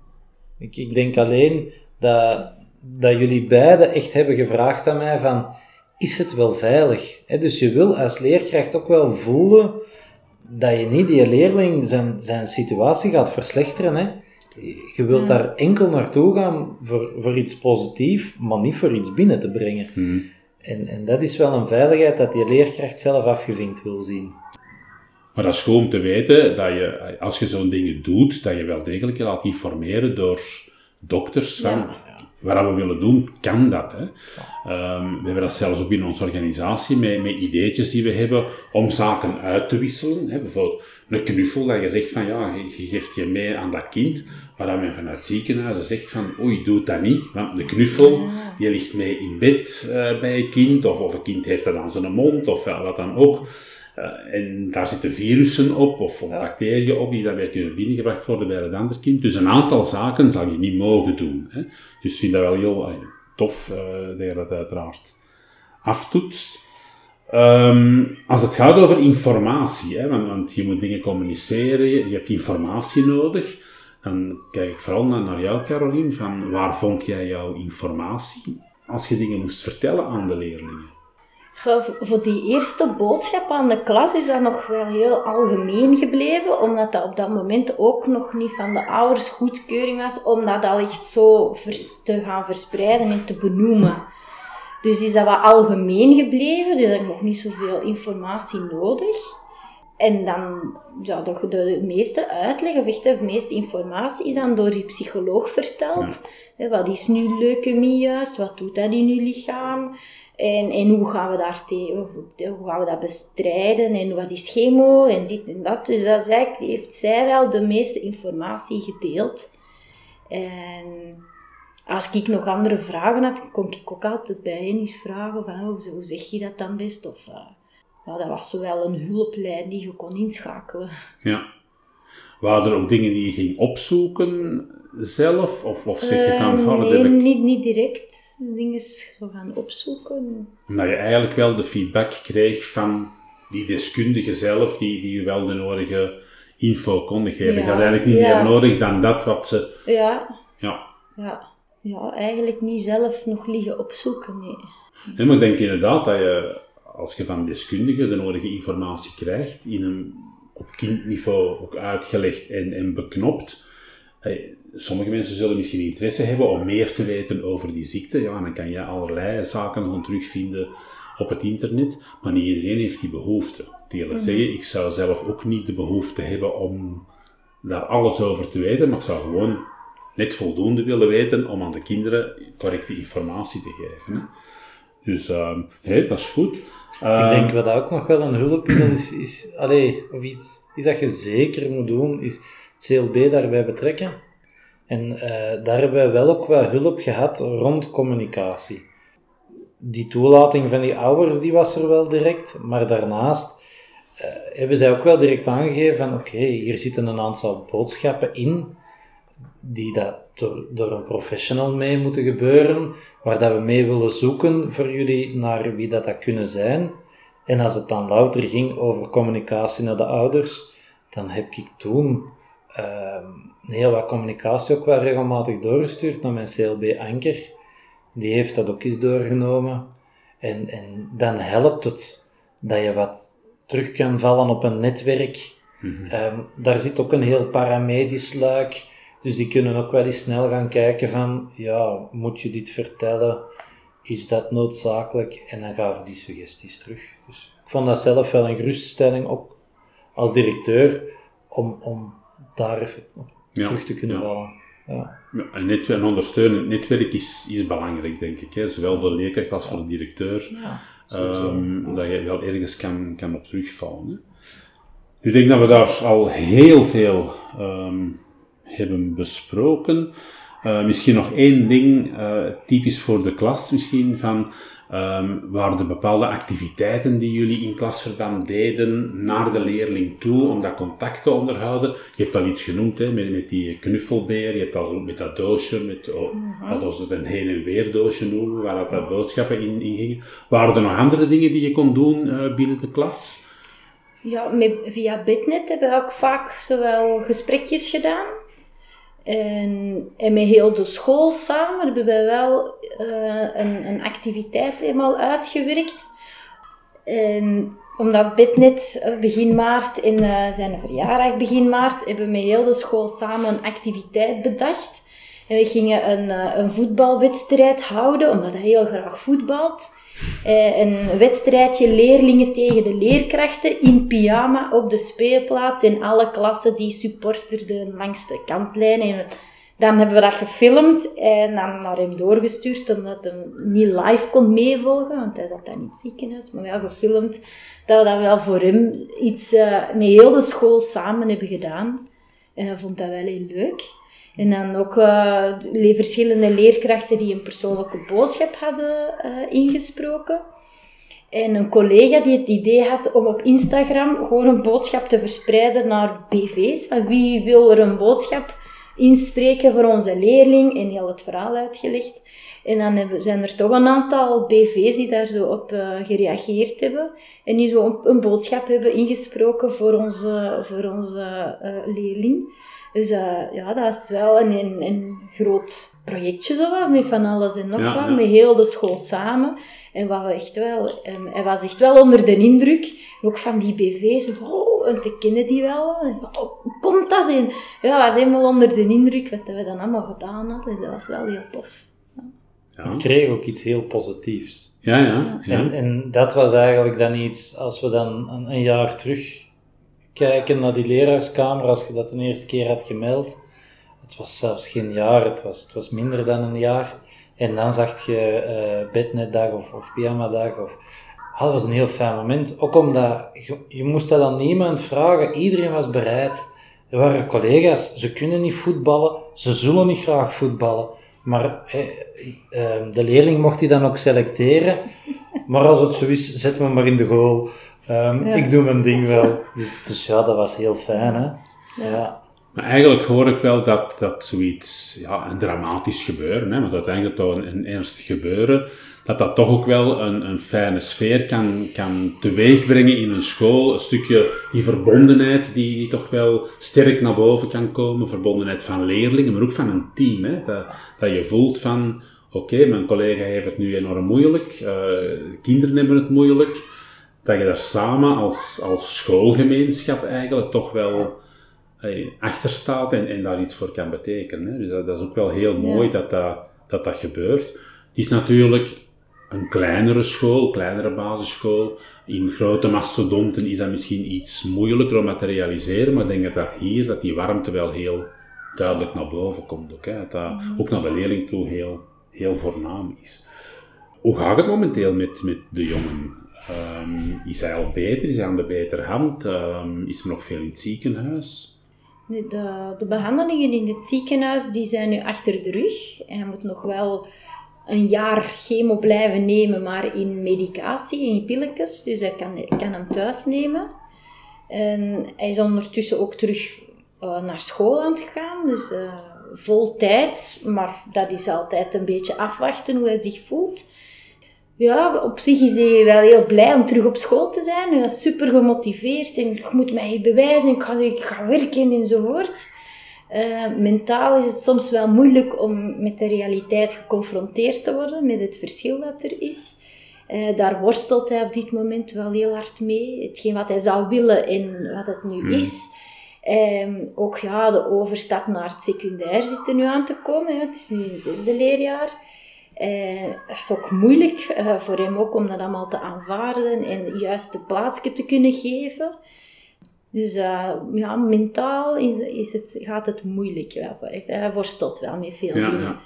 Ik, ik denk alleen dat, dat jullie beiden echt hebben gevraagd aan mij van, is het wel veilig? He, dus je wil als leerkracht ook wel voelen dat je niet die leerling zijn, zijn situatie gaat verslechteren. Hè. Je wilt daar enkel naartoe gaan voor, voor iets positiefs, maar niet voor iets binnen te brengen. hmm. En, en dat is wel een veiligheid dat die leerkracht zelf afgevinkt wil zien. Maar dat is gewoon om te weten dat je, als je zo'n dingen doet, dat je wel degelijk je laat informeren door dokters van, Ja. wat we willen doen, kan dat. Hè? Um, we hebben dat zelfs ook binnen onze organisatie, met, met ideetjes die we hebben, om zaken uit te wisselen. Hè? Bijvoorbeeld een knuffel, dat je zegt van, ja, je, je geeft je mee aan dat kind, maar dat men vanuit ziekenhuizen zegt van, oei, doe dat niet, want een knuffel, die ligt mee in bed uh, bij een kind, of, of een kind heeft dat aan zijn mond, of uh, wat dan ook. Uh, en daar zitten virussen op, of, of bacteriën op, die dan weer kunnen binnengebracht worden bij het andere kind. Dus een aantal zaken zal je niet mogen doen. Hè? Dus ik vind dat wel heel uh, tof uh, dat je dat uiteraard aftoetst. Um, als het gaat over informatie, hè, want, want je moet dingen communiceren, je, je hebt informatie nodig, dan kijk ik vooral naar, naar jou, Caroline, van waar vond jij jouw informatie als je dingen moest vertellen aan de leerlingen? Voor die eerste boodschap aan de klas is dat nog wel heel algemeen gebleven, omdat dat op dat moment ook nog niet van de ouders goedkeuring was, om dat al echt zo te gaan verspreiden en te benoemen. Dus is dat wat algemeen gebleven, dus heb ik nog niet zoveel informatie nodig. En dan, ja, de, de meeste uitleg, of echt de meeste informatie, is dan door die psycholoog verteld. Ja. Wat is nu leukemie juist? Wat doet dat in je lichaam? En, en hoe, gaan we daar te, hoe gaan we dat bestrijden? En wat is chemo? En dit en dat. Dus dat is eigenlijk, heeft zij wel de meeste informatie gedeeld. En als ik nog andere vragen had, kon ik ook altijd bij hen eens vragen van, hoe, hoe zeg je dat dan best? Of, uh, ja, dat was zo wel een hulplijn die je kon inschakelen. Ja. Waren er ook dingen die je ging opzoeken zelf? Of, of zeg je van... Uh, oh, nee, dat heb ik... niet, niet direct dingen gaan opzoeken. Omdat je eigenlijk wel de feedback kreeg van die deskundige zelf, die, die je wel de nodige info konden geven. Ja, je had eigenlijk niet ja. meer nodig dan dat wat ze... Ja. Ja. Ja. Ja, eigenlijk niet zelf nog liggen opzoeken, nee. Nee, maar ik denk inderdaad dat je, als je van deskundigen de nodige informatie krijgt, in een, op kindniveau ook uitgelegd en, en beknopt. Eh, sommige mensen zullen misschien interesse hebben om meer te weten over die ziekte. Ja, dan kan je allerlei zaken gaan terugvinden op het internet, maar niet iedereen heeft die behoefte. Ik wil zeggen, ik zou zelf ook niet de behoefte hebben om daar alles over te weten, maar ik zou gewoon net voldoende willen weten om aan de kinderen correcte informatie te geven. Hè. Dus, uh, hey, dat is goed. Uh, ik denk wat ook nog wel een hulpmiddel is, is, allee, of iets is dat je zeker moet doen, is het C L B daarbij betrekken. En uh, daar hebben wij wel ook wat hulp gehad rond communicatie. Die toelating van die ouders, die was er wel direct, maar daarnaast uh, hebben zij ook wel direct aangegeven van oké, okay, hier zitten een aantal boodschappen in, die dat door, door een professional mee moeten gebeuren, waar dat we mee willen zoeken voor jullie naar wie dat, dat kunnen zijn. En als het dan louter ging over communicatie naar de ouders, dan heb ik toen uh, heel wat communicatie ook wel regelmatig doorgestuurd naar mijn C L B-anker. Die heeft dat ook eens doorgenomen. En, en dan helpt het dat je wat terug kan vallen op een netwerk. Mm-hmm. Um, daar zit ook een heel paramedisch luik. Dus die kunnen ook wel eens snel gaan kijken van, ja, moet je dit vertellen? Is dat noodzakelijk? En dan gaven die suggesties terug. Dus ik vond dat zelf wel een geruststelling, ook als directeur, om, om daar even ja, terug te kunnen ja. vallen. Ja. Ja, een, netwerk, een ondersteunend netwerk is, is belangrijk, denk ik. Hè? Zowel voor de leerkracht als voor de directeur. Ja, um, dat je wel ergens kan, kan op terugvallen. Hè? Ik denk dat we daar al heel veel... Um, hebben besproken. Uh, misschien nog één ding, uh, typisch voor de klas misschien, van um, waren er bepaalde activiteiten die jullie in klasverband deden naar de leerling toe, om dat contact te onderhouden. Je hebt al iets genoemd, hè, met, met die knuffelbeer, je hebt al genoemd met dat doosje, met, oh, mm-hmm. dat was het een heen en weer doosje noemen, waar dat, dat boodschappen in, in gingen. Waren er nog andere dingen die je kon doen uh, binnen de klas? Ja, met, via Bitnet hebben we ook vaak zowel gesprekjes gedaan, En, en met heel de school samen hebben wij wel uh, een, een activiteit eenmaal uitgewerkt. En omdat Bitnet begin maart en uh, zijn verjaardag begin maart, hebben we met heel de school samen een activiteit bedacht. En we gingen een, uh, een voetbalwedstrijd houden, omdat hij heel graag voetbalt. Uh, een wedstrijdje leerlingen tegen de leerkrachten in pyjama op de speelplaats en alle klassen die supporterden langs de kantlijn. En dan hebben we dat gefilmd en dan naar hem doorgestuurd, omdat hij niet live kon meevolgen, want hij zat dan in het ziekenhuis, maar wel gefilmd, dat we dat wel voor hem iets uh, met heel de school samen hebben gedaan. En hij vond dat wel heel leuk. En dan ook uh, verschillende leerkrachten die een persoonlijke boodschap hadden uh, ingesproken. En een collega die het idee had om op Instagram gewoon een boodschap te verspreiden naar B V's. Van wie wil er een boodschap inspreken voor onze leerling? En heel het verhaal uitgelegd. En dan hebben, zijn er toch een aantal B V's die daar zo op uh, gereageerd hebben. En die zo een, een boodschap hebben ingesproken voor onze, voor onze uh, leerling. Dus uh, ja, dat is wel een, een, een groot projectje zo, met van alles en nog ja, wat, ja. met heel de school samen. En wat we echt wel, um, hij was echt wel onder de indruk. En ook van die B V's. Oh, en te kennen die wel. En van, oh, hoe komt dat in? Ja, hij was helemaal onder de indruk wat we dan allemaal gedaan hadden. Dat was wel heel tof. Ja. Ja. Ik kreeg ook iets heel positiefs. Ja, ja. ja. En, en dat was eigenlijk dan iets, als we dan een, een jaar terug kijken naar die leraarskamer, als je dat de eerste keer had gemeld. Het was zelfs geen jaar, het was, het was minder dan een jaar. En dan zag je uh, bednetdag of, of pyjamadag. Of... Oh, dat was een heel fijn moment. Ook omdat, je, je moest dat aan niemand vragen. Iedereen was bereid. Er waren collega's, ze kunnen niet voetballen. Ze zullen niet graag voetballen. Maar eh, uh, de leerling mocht die dan ook selecteren. Maar als het zo is, zet me maar in de goal. Um, ja. Ik doe mijn ding wel. Dus, dus ja, dat was heel fijn, hè. Ja. ja. Maar eigenlijk hoor ik wel dat, dat zoiets, ja, een dramatisch gebeuren, hè, want uiteindelijk toch een, een ernstig gebeuren, dat dat toch ook wel een, een fijne sfeer kan, kan teweegbrengen in een school. Een stukje die verbondenheid die, die toch wel sterk naar boven kan komen. Verbondenheid van leerlingen, maar ook van een team. Hè, dat, dat je voelt van, oké, okay, mijn collega heeft het nu enorm moeilijk, uh, de kinderen hebben het moeilijk. Dat je daar samen als, als schoolgemeenschap eigenlijk toch wel hey, achter staat en, en daar iets voor kan betekenen. Hè. Dus dat, dat is ook wel heel mooi ja. dat, dat, dat dat gebeurt. Het is natuurlijk een kleinere school, kleinere basisschool. In grote mastodonten is dat misschien iets moeilijker om dat te realiseren, maar ik denk dat hier, dat die warmte wel heel duidelijk naar boven komt. Ook, hè. Dat dat mm-hmm. ook naar de leerling toe heel, heel voornaam is. Hoe gaat het momenteel met, met de jongen? Um, is hij al beter? Is hij aan de betere hand? Um, is er nog veel in het ziekenhuis? De, de behandelingen in het ziekenhuis die zijn nu achter de rug. Hij moet nog wel een jaar chemo blijven nemen, maar in medicatie, in pilletjes. Dus hij kan, kan hem thuis nemen. En hij is ondertussen ook terug uh, naar school aan het gaan. Dus uh, vol tijd. Maar dat is altijd een beetje afwachten hoe hij zich voelt. Ja, op zich is hij wel heel blij om terug op school te zijn. Hij is super gemotiveerd en ik moet mij bewijzen, ik ga, ik ga werken enzovoort. Uh, mentaal is het soms wel moeilijk om met de realiteit geconfronteerd te worden, met het verschil dat er is. Uh, daar worstelt hij op dit moment wel heel hard mee. Hetgeen wat hij zou willen en wat het nu hmm. is. Um, ook ja, de overstap naar het secundair zit er nu aan te komen. Het is nu een zesde leerjaar. Uh, dat is ook moeilijk uh, voor hem ook om dat allemaal te aanvaarden en juist de plaatsje te kunnen geven. Dus uh, ja, mentaal is, is het, gaat het moeilijk. Ja, voor hem. Hij worstelt wel met veel ja, dingen. Ja.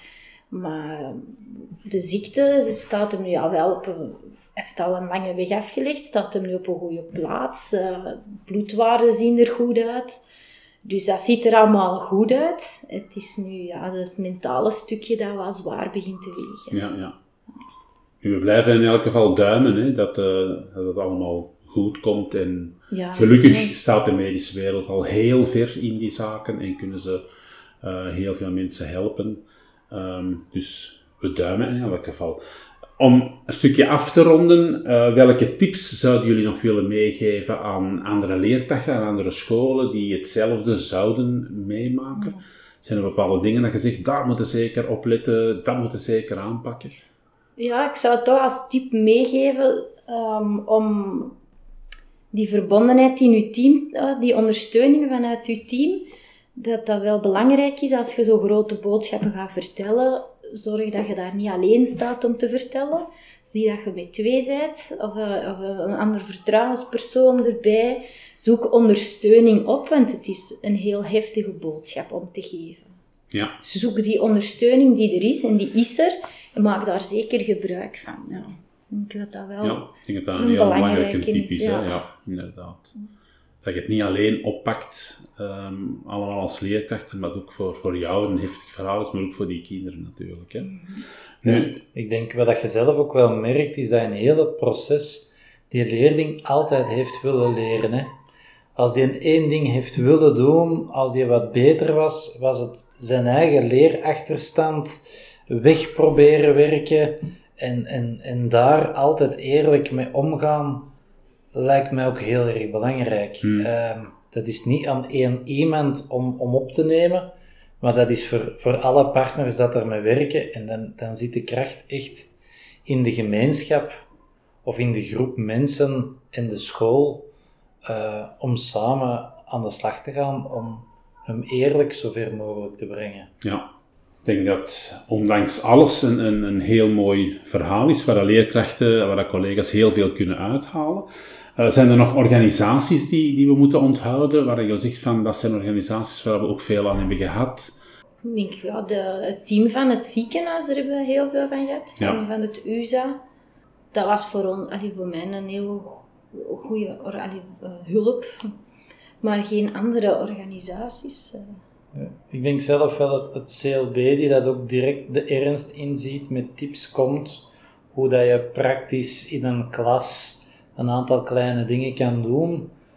Maar de ziekte staat hem nu al wel op een, heeft al een lange weg afgelegd, staat hem nu op een goede plaats. Uh, bloedwaarden zien er goed uit. Dus dat ziet er allemaal goed uit. Het is nu ja, het mentale stukje dat wel zwaar begint te wegen. Ja, ja. We blijven in elk geval duimen, hè, dat, uh, dat het allemaal goed komt. En ja, gelukkig nee. staat de medische wereld al heel ver in die zaken en kunnen ze uh, heel veel mensen helpen. Um, dus we duimen in elk geval. Om een stukje af te ronden, uh, welke tips zouden jullie nog willen meegeven aan andere leerkrachten, aan andere scholen die hetzelfde zouden meemaken? Ja. Zijn er bepaalde dingen dat je zegt, daar moeten we zeker op letten, dat moeten we zeker aanpakken? Ja, ik zou het toch als tip meegeven um, om die verbondenheid in je team, uh, die ondersteuning vanuit je team, dat dat wel belangrijk is als je zo grote boodschappen gaat vertellen. Zorg dat je daar niet alleen staat om te vertellen. Zie dat je met twee bent, of, uh, of een andere vertrouwenspersoon erbij. Zoek ondersteuning op, want het is een heel heftige boodschap om te geven. Ja. Zoek die ondersteuning die er is, en die is er, en maak daar zeker gebruik van. Ja, ik denk dat dat wel ja, ik denk dat dat een, een heel belangrijke tip is. is ja. ja, inderdaad. Dat je het niet alleen oppakt, um, allemaal als leerkrachten, maar ook voor, voor jou een heftig verhaal is, maar ook voor die kinderen natuurlijk. Hè. Ja, nu, ik denk wat je zelf ook wel merkt, is dat in heel het proces die leerling altijd heeft willen leren. Hè. Als die een één ding heeft willen doen, als die wat beter was, was het zijn eigen leerachterstand weg proberen werken en, en, en daar altijd eerlijk mee omgaan. Lijkt mij ook heel erg belangrijk. Hmm. Uh, dat is niet aan één iemand om, om op te nemen, maar dat is voor, voor alle partners dat ermee werken. En dan, dan zit de kracht echt in de gemeenschap of in de groep mensen in de school uh, om samen aan de slag te gaan om hem eerlijk zover mogelijk te brengen. Ja, ik denk dat ondanks alles een, een, een heel mooi verhaal is, waar de leerkrachten, waar de collega's heel veel kunnen uithalen. Uh, zijn er nog organisaties die, die we moeten onthouden, waar je zegt van, dat zijn organisaties waar we ook veel aan hebben gehad? Ik denk, ja, de, het team van het ziekenhuis, daar hebben we heel veel van gehad. Ja. Van, van het U S A. Dat was voor, on, allee, voor mij een heel goede uh, hulp. Maar geen andere organisaties. Uh. Ja, ik denk zelf wel dat het C L B, die dat ook direct de ernst inziet, met tips komt, hoe dat je praktisch in een klas een aantal kleine dingen kan doen.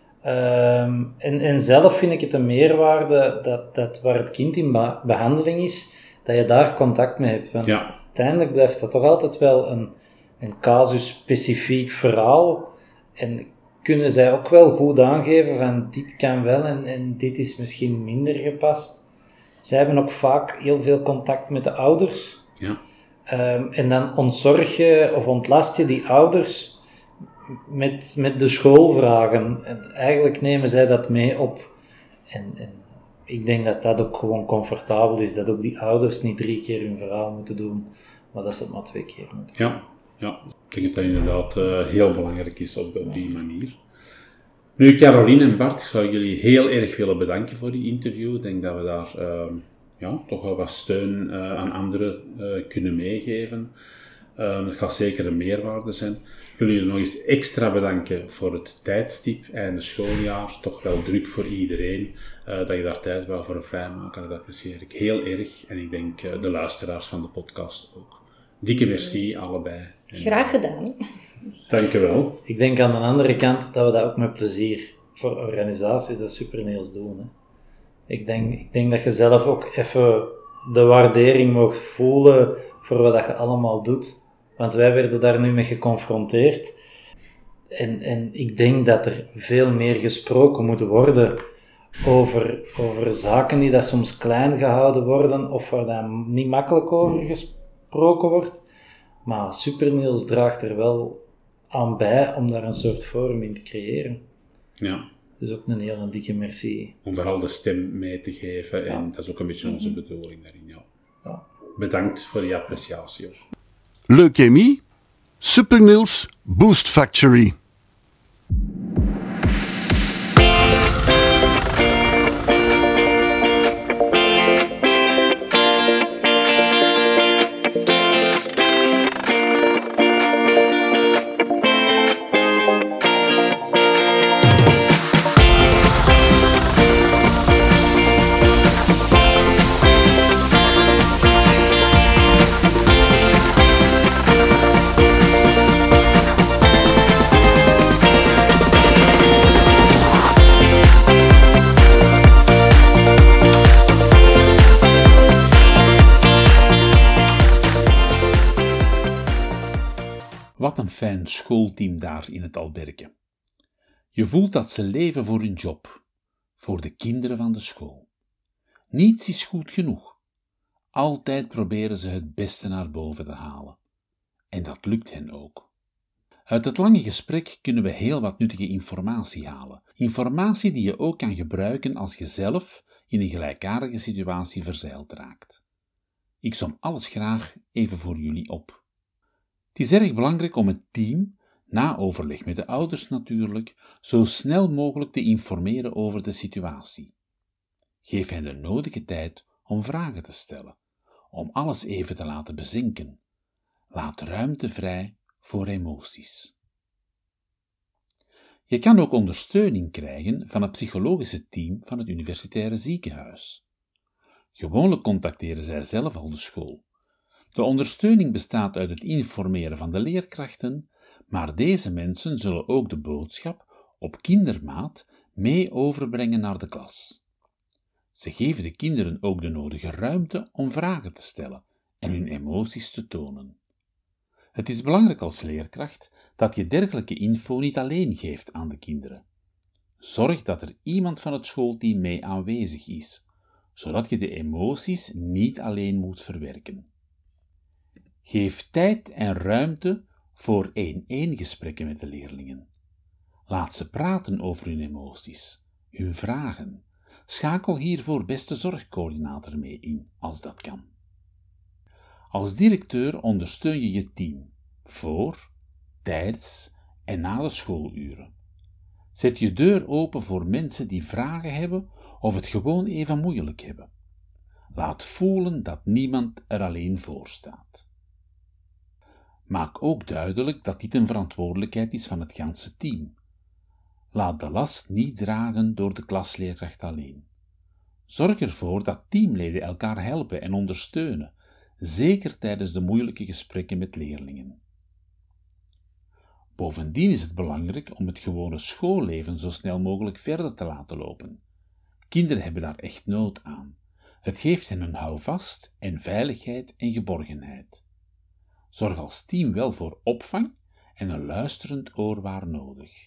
Um, en, en zelf vind ik het een meerwaarde dat, dat waar het kind in be- behandeling is, dat je daar contact mee hebt. Want ja. uiteindelijk blijft dat toch altijd wel een, een casus-specifiek verhaal. En kunnen zij ook wel goed aangeven van dit kan wel en, en dit is misschien minder gepast. Zij hebben ook vaak heel veel contact met de ouders. Ja. Um, en dan ontzorg je of ontlast je die ouders met, met de schoolvragen. En eigenlijk nemen zij dat mee op. En, en ik denk dat dat ook gewoon comfortabel is, dat ook die ouders niet drie keer hun verhaal moeten doen, maar dat ze het maar twee keer moeten. Ja, ja. Ik denk dat dat inderdaad uh, heel belangrijk is op, op die manier. Nu, Caroline en Bart, ik zou jullie heel erg willen bedanken voor die interview. Ik denk dat we daar uh, ja, toch wel wat steun uh, aan anderen uh, kunnen meegeven. Uh, dat gaat zeker een meerwaarde zijn. Ik wil jullie nog eens extra bedanken voor het tijdstip en het schooljaar. Toch wel druk voor iedereen. Uh, dat je daar tijd wel voor vrijmaken, dat apprecieer ik heel erg. En ik denk uh, de luisteraars van de podcast ook. Dikke merci, allebei. En, graag gedaan. Dank je wel. Ik denk aan de andere kant dat we dat ook met plezier voor organisaties dat superneels doen. Hè. Ik, denk, ik denk dat je zelf ook even de waardering mocht voelen voor wat dat je allemaal doet. Want wij werden daar nu mee geconfronteerd. En, en ik denk dat er veel meer gesproken moet worden over, over zaken die dat soms klein gehouden worden of waar dat niet makkelijk over gesproken wordt. Maar Supernieuws draagt er wel aan bij om daar een soort forum in te creëren. Ja. Dus ook een hele dikke merci. Om vooral de stem mee te geven. En ja. dat is ook een beetje onze Mm-hmm. bedoeling daarin. Ja. Ja. Bedankt voor die appreciatie. Leukemie, Supernils Boost Factory. Wat een fijn schoolteam daar in het Alberke. Je voelt dat ze leven voor hun job, voor de kinderen van de school. Niets is goed genoeg. Altijd proberen ze het beste naar boven te halen. En dat lukt hen ook. Uit het lange gesprek kunnen we heel wat nuttige informatie halen. Informatie die je ook kan gebruiken als je zelf in een gelijkaardige situatie verzeild raakt. Ik som alles graag even voor jullie op. Het is erg belangrijk om het team, na overleg met de ouders natuurlijk, zo snel mogelijk te informeren over de situatie. Geef hen de nodige tijd om vragen te stellen, om alles even te laten bezinken. Laat ruimte vrij voor emoties. Je kan ook ondersteuning krijgen van het psychologische team van het universitaire ziekenhuis. Gewoonlijk contacteren zij zelf al de school. De ondersteuning bestaat uit het informeren van de leerkrachten, maar deze mensen zullen ook de boodschap op kindermaat mee overbrengen naar de klas. Ze geven de kinderen ook de nodige ruimte om vragen te stellen en hun emoties te tonen. Het is belangrijk als leerkracht dat je dergelijke info niet alleen geeft aan de kinderen. Zorg dat er iemand van het schoolteam mee aanwezig is, zodat je de emoties niet alleen moet verwerken. Geef tijd en ruimte voor één-één gesprekken met de leerlingen. Laat ze praten over hun emoties, hun vragen. Schakel hiervoor beste zorgcoördinator mee in, als dat kan. Als directeur ondersteun je je team, voor, tijdens en na de schooluren. Zet je deur open voor mensen die vragen hebben of het gewoon even moeilijk hebben. Laat voelen dat niemand er alleen voor staat. Maak ook duidelijk dat dit een verantwoordelijkheid is van het ganse team. Laat de last niet dragen door de klasleerkracht alleen. Zorg ervoor dat teamleden elkaar helpen en ondersteunen, zeker tijdens de moeilijke gesprekken met leerlingen. Bovendien is het belangrijk om het gewone schoolleven zo snel mogelijk verder te laten lopen. Kinderen hebben daar echt nood aan. Het geeft hen een houvast en veiligheid en geborgenheid. Zorg als team wel voor opvang en een luisterend oor waar nodig.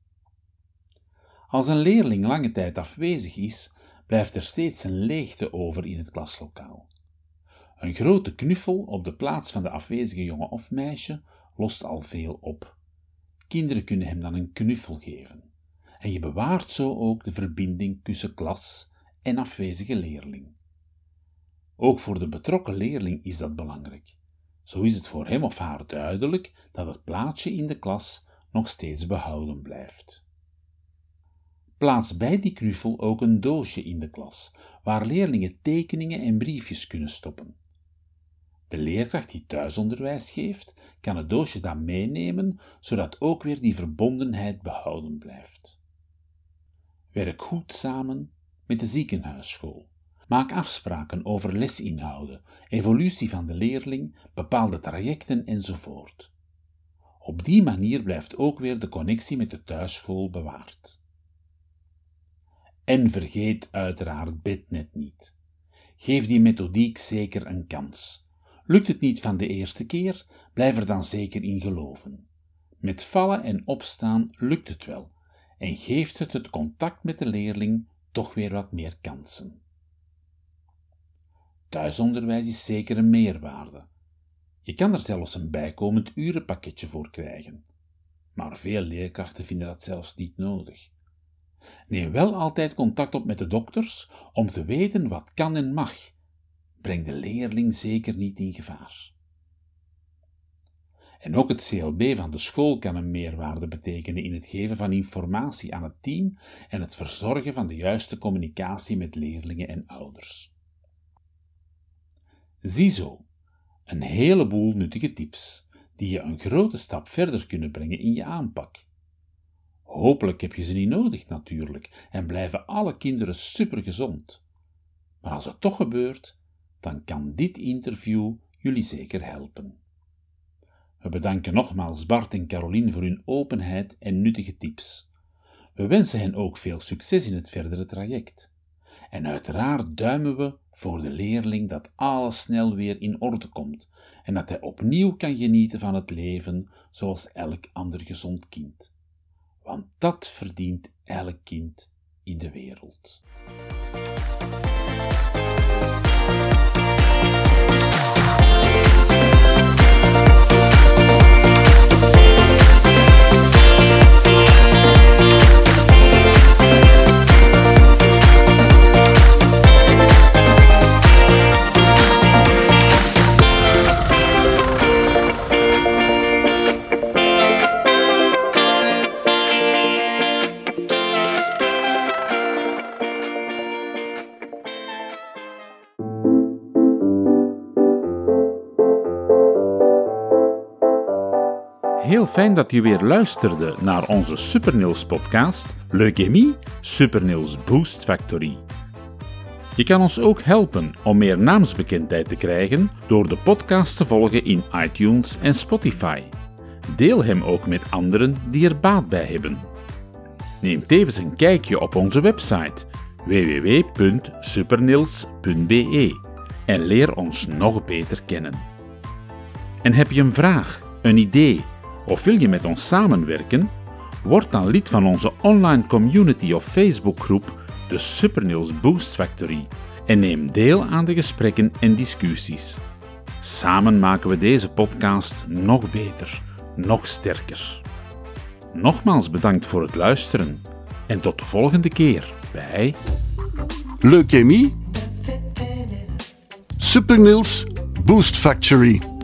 Als een leerling lange tijd afwezig is, blijft er steeds een leegte over in het klaslokaal. Een grote knuffel op de plaats van de afwezige jongen of meisje lost al veel op. Kinderen kunnen hem dan een knuffel geven. En je bewaart zo ook de verbinding tussen klas en afwezige leerling. Ook voor de betrokken leerling is dat belangrijk. Zo is het voor hem of haar duidelijk dat het plaatsje in de klas nog steeds behouden blijft. Plaats bij die knuffel ook een doosje in de klas, waar leerlingen tekeningen en briefjes kunnen stoppen. De leerkracht die thuisonderwijs geeft, kan het doosje dan meenemen, zodat ook weer die verbondenheid behouden blijft. Werk goed samen met de ziekenhuisschool. Maak afspraken over lesinhouden, evolutie van de leerling, bepaalde trajecten enzovoort. Op die manier blijft ook weer de connectie met de thuisschool bewaard. En vergeet uiteraard Bednet niet. Geef die methodiek zeker een kans. Lukt het niet van de eerste keer, blijf er dan zeker in geloven. Met vallen en opstaan lukt het wel en geeft het het contact met de leerling toch weer wat meer kansen. Thuisonderwijs is zeker een meerwaarde. Je kan er zelfs een bijkomend urenpakketje voor krijgen. Maar veel leerkrachten vinden dat zelfs niet nodig. Neem wel altijd contact op met de dokters om te weten wat kan en mag. Breng de leerling zeker niet in gevaar. En ook het C L B van de school kan een meerwaarde betekenen in het geven van informatie aan het team en het verzorgen van de juiste communicatie met leerlingen en ouders. Ziezo, een heleboel nuttige tips, die je een grote stap verder kunnen brengen in je aanpak. Hopelijk heb je ze niet nodig natuurlijk en blijven alle kinderen supergezond. Maar als het toch gebeurt, dan kan dit interview jullie zeker helpen. We bedanken nogmaals Bart en Caroline voor hun openheid en nuttige tips. We wensen hen ook veel succes in het verdere traject. En uiteraard duimen we voor de leerling dat alles snel weer in orde komt en dat hij opnieuw kan genieten van het leven zoals elk ander gezond kind. Want dat verdient elk kind in de wereld. Heel fijn dat je weer luisterde naar onze Supernils podcast Leukemie, Supernils Boost Factory. Je kan ons ook helpen om meer naamsbekendheid te krijgen door de podcast te volgen in iTunes en Spotify. Deel hem ook met anderen die er baat bij hebben. Neem tevens een kijkje op onze website w w w punt supernils punt b e en leer ons nog beter kennen. En heb je een vraag, een idee of wil je met ons samenwerken? Word dan lid van onze online community of Facebookgroep, de Supernils Boost Factory, en neem deel aan de gesprekken en discussies. Samen maken we deze podcast nog beter, nog sterker. Nogmaals bedankt voor het luisteren en tot de volgende keer bij Leukemie. Super Niels Boost Factory.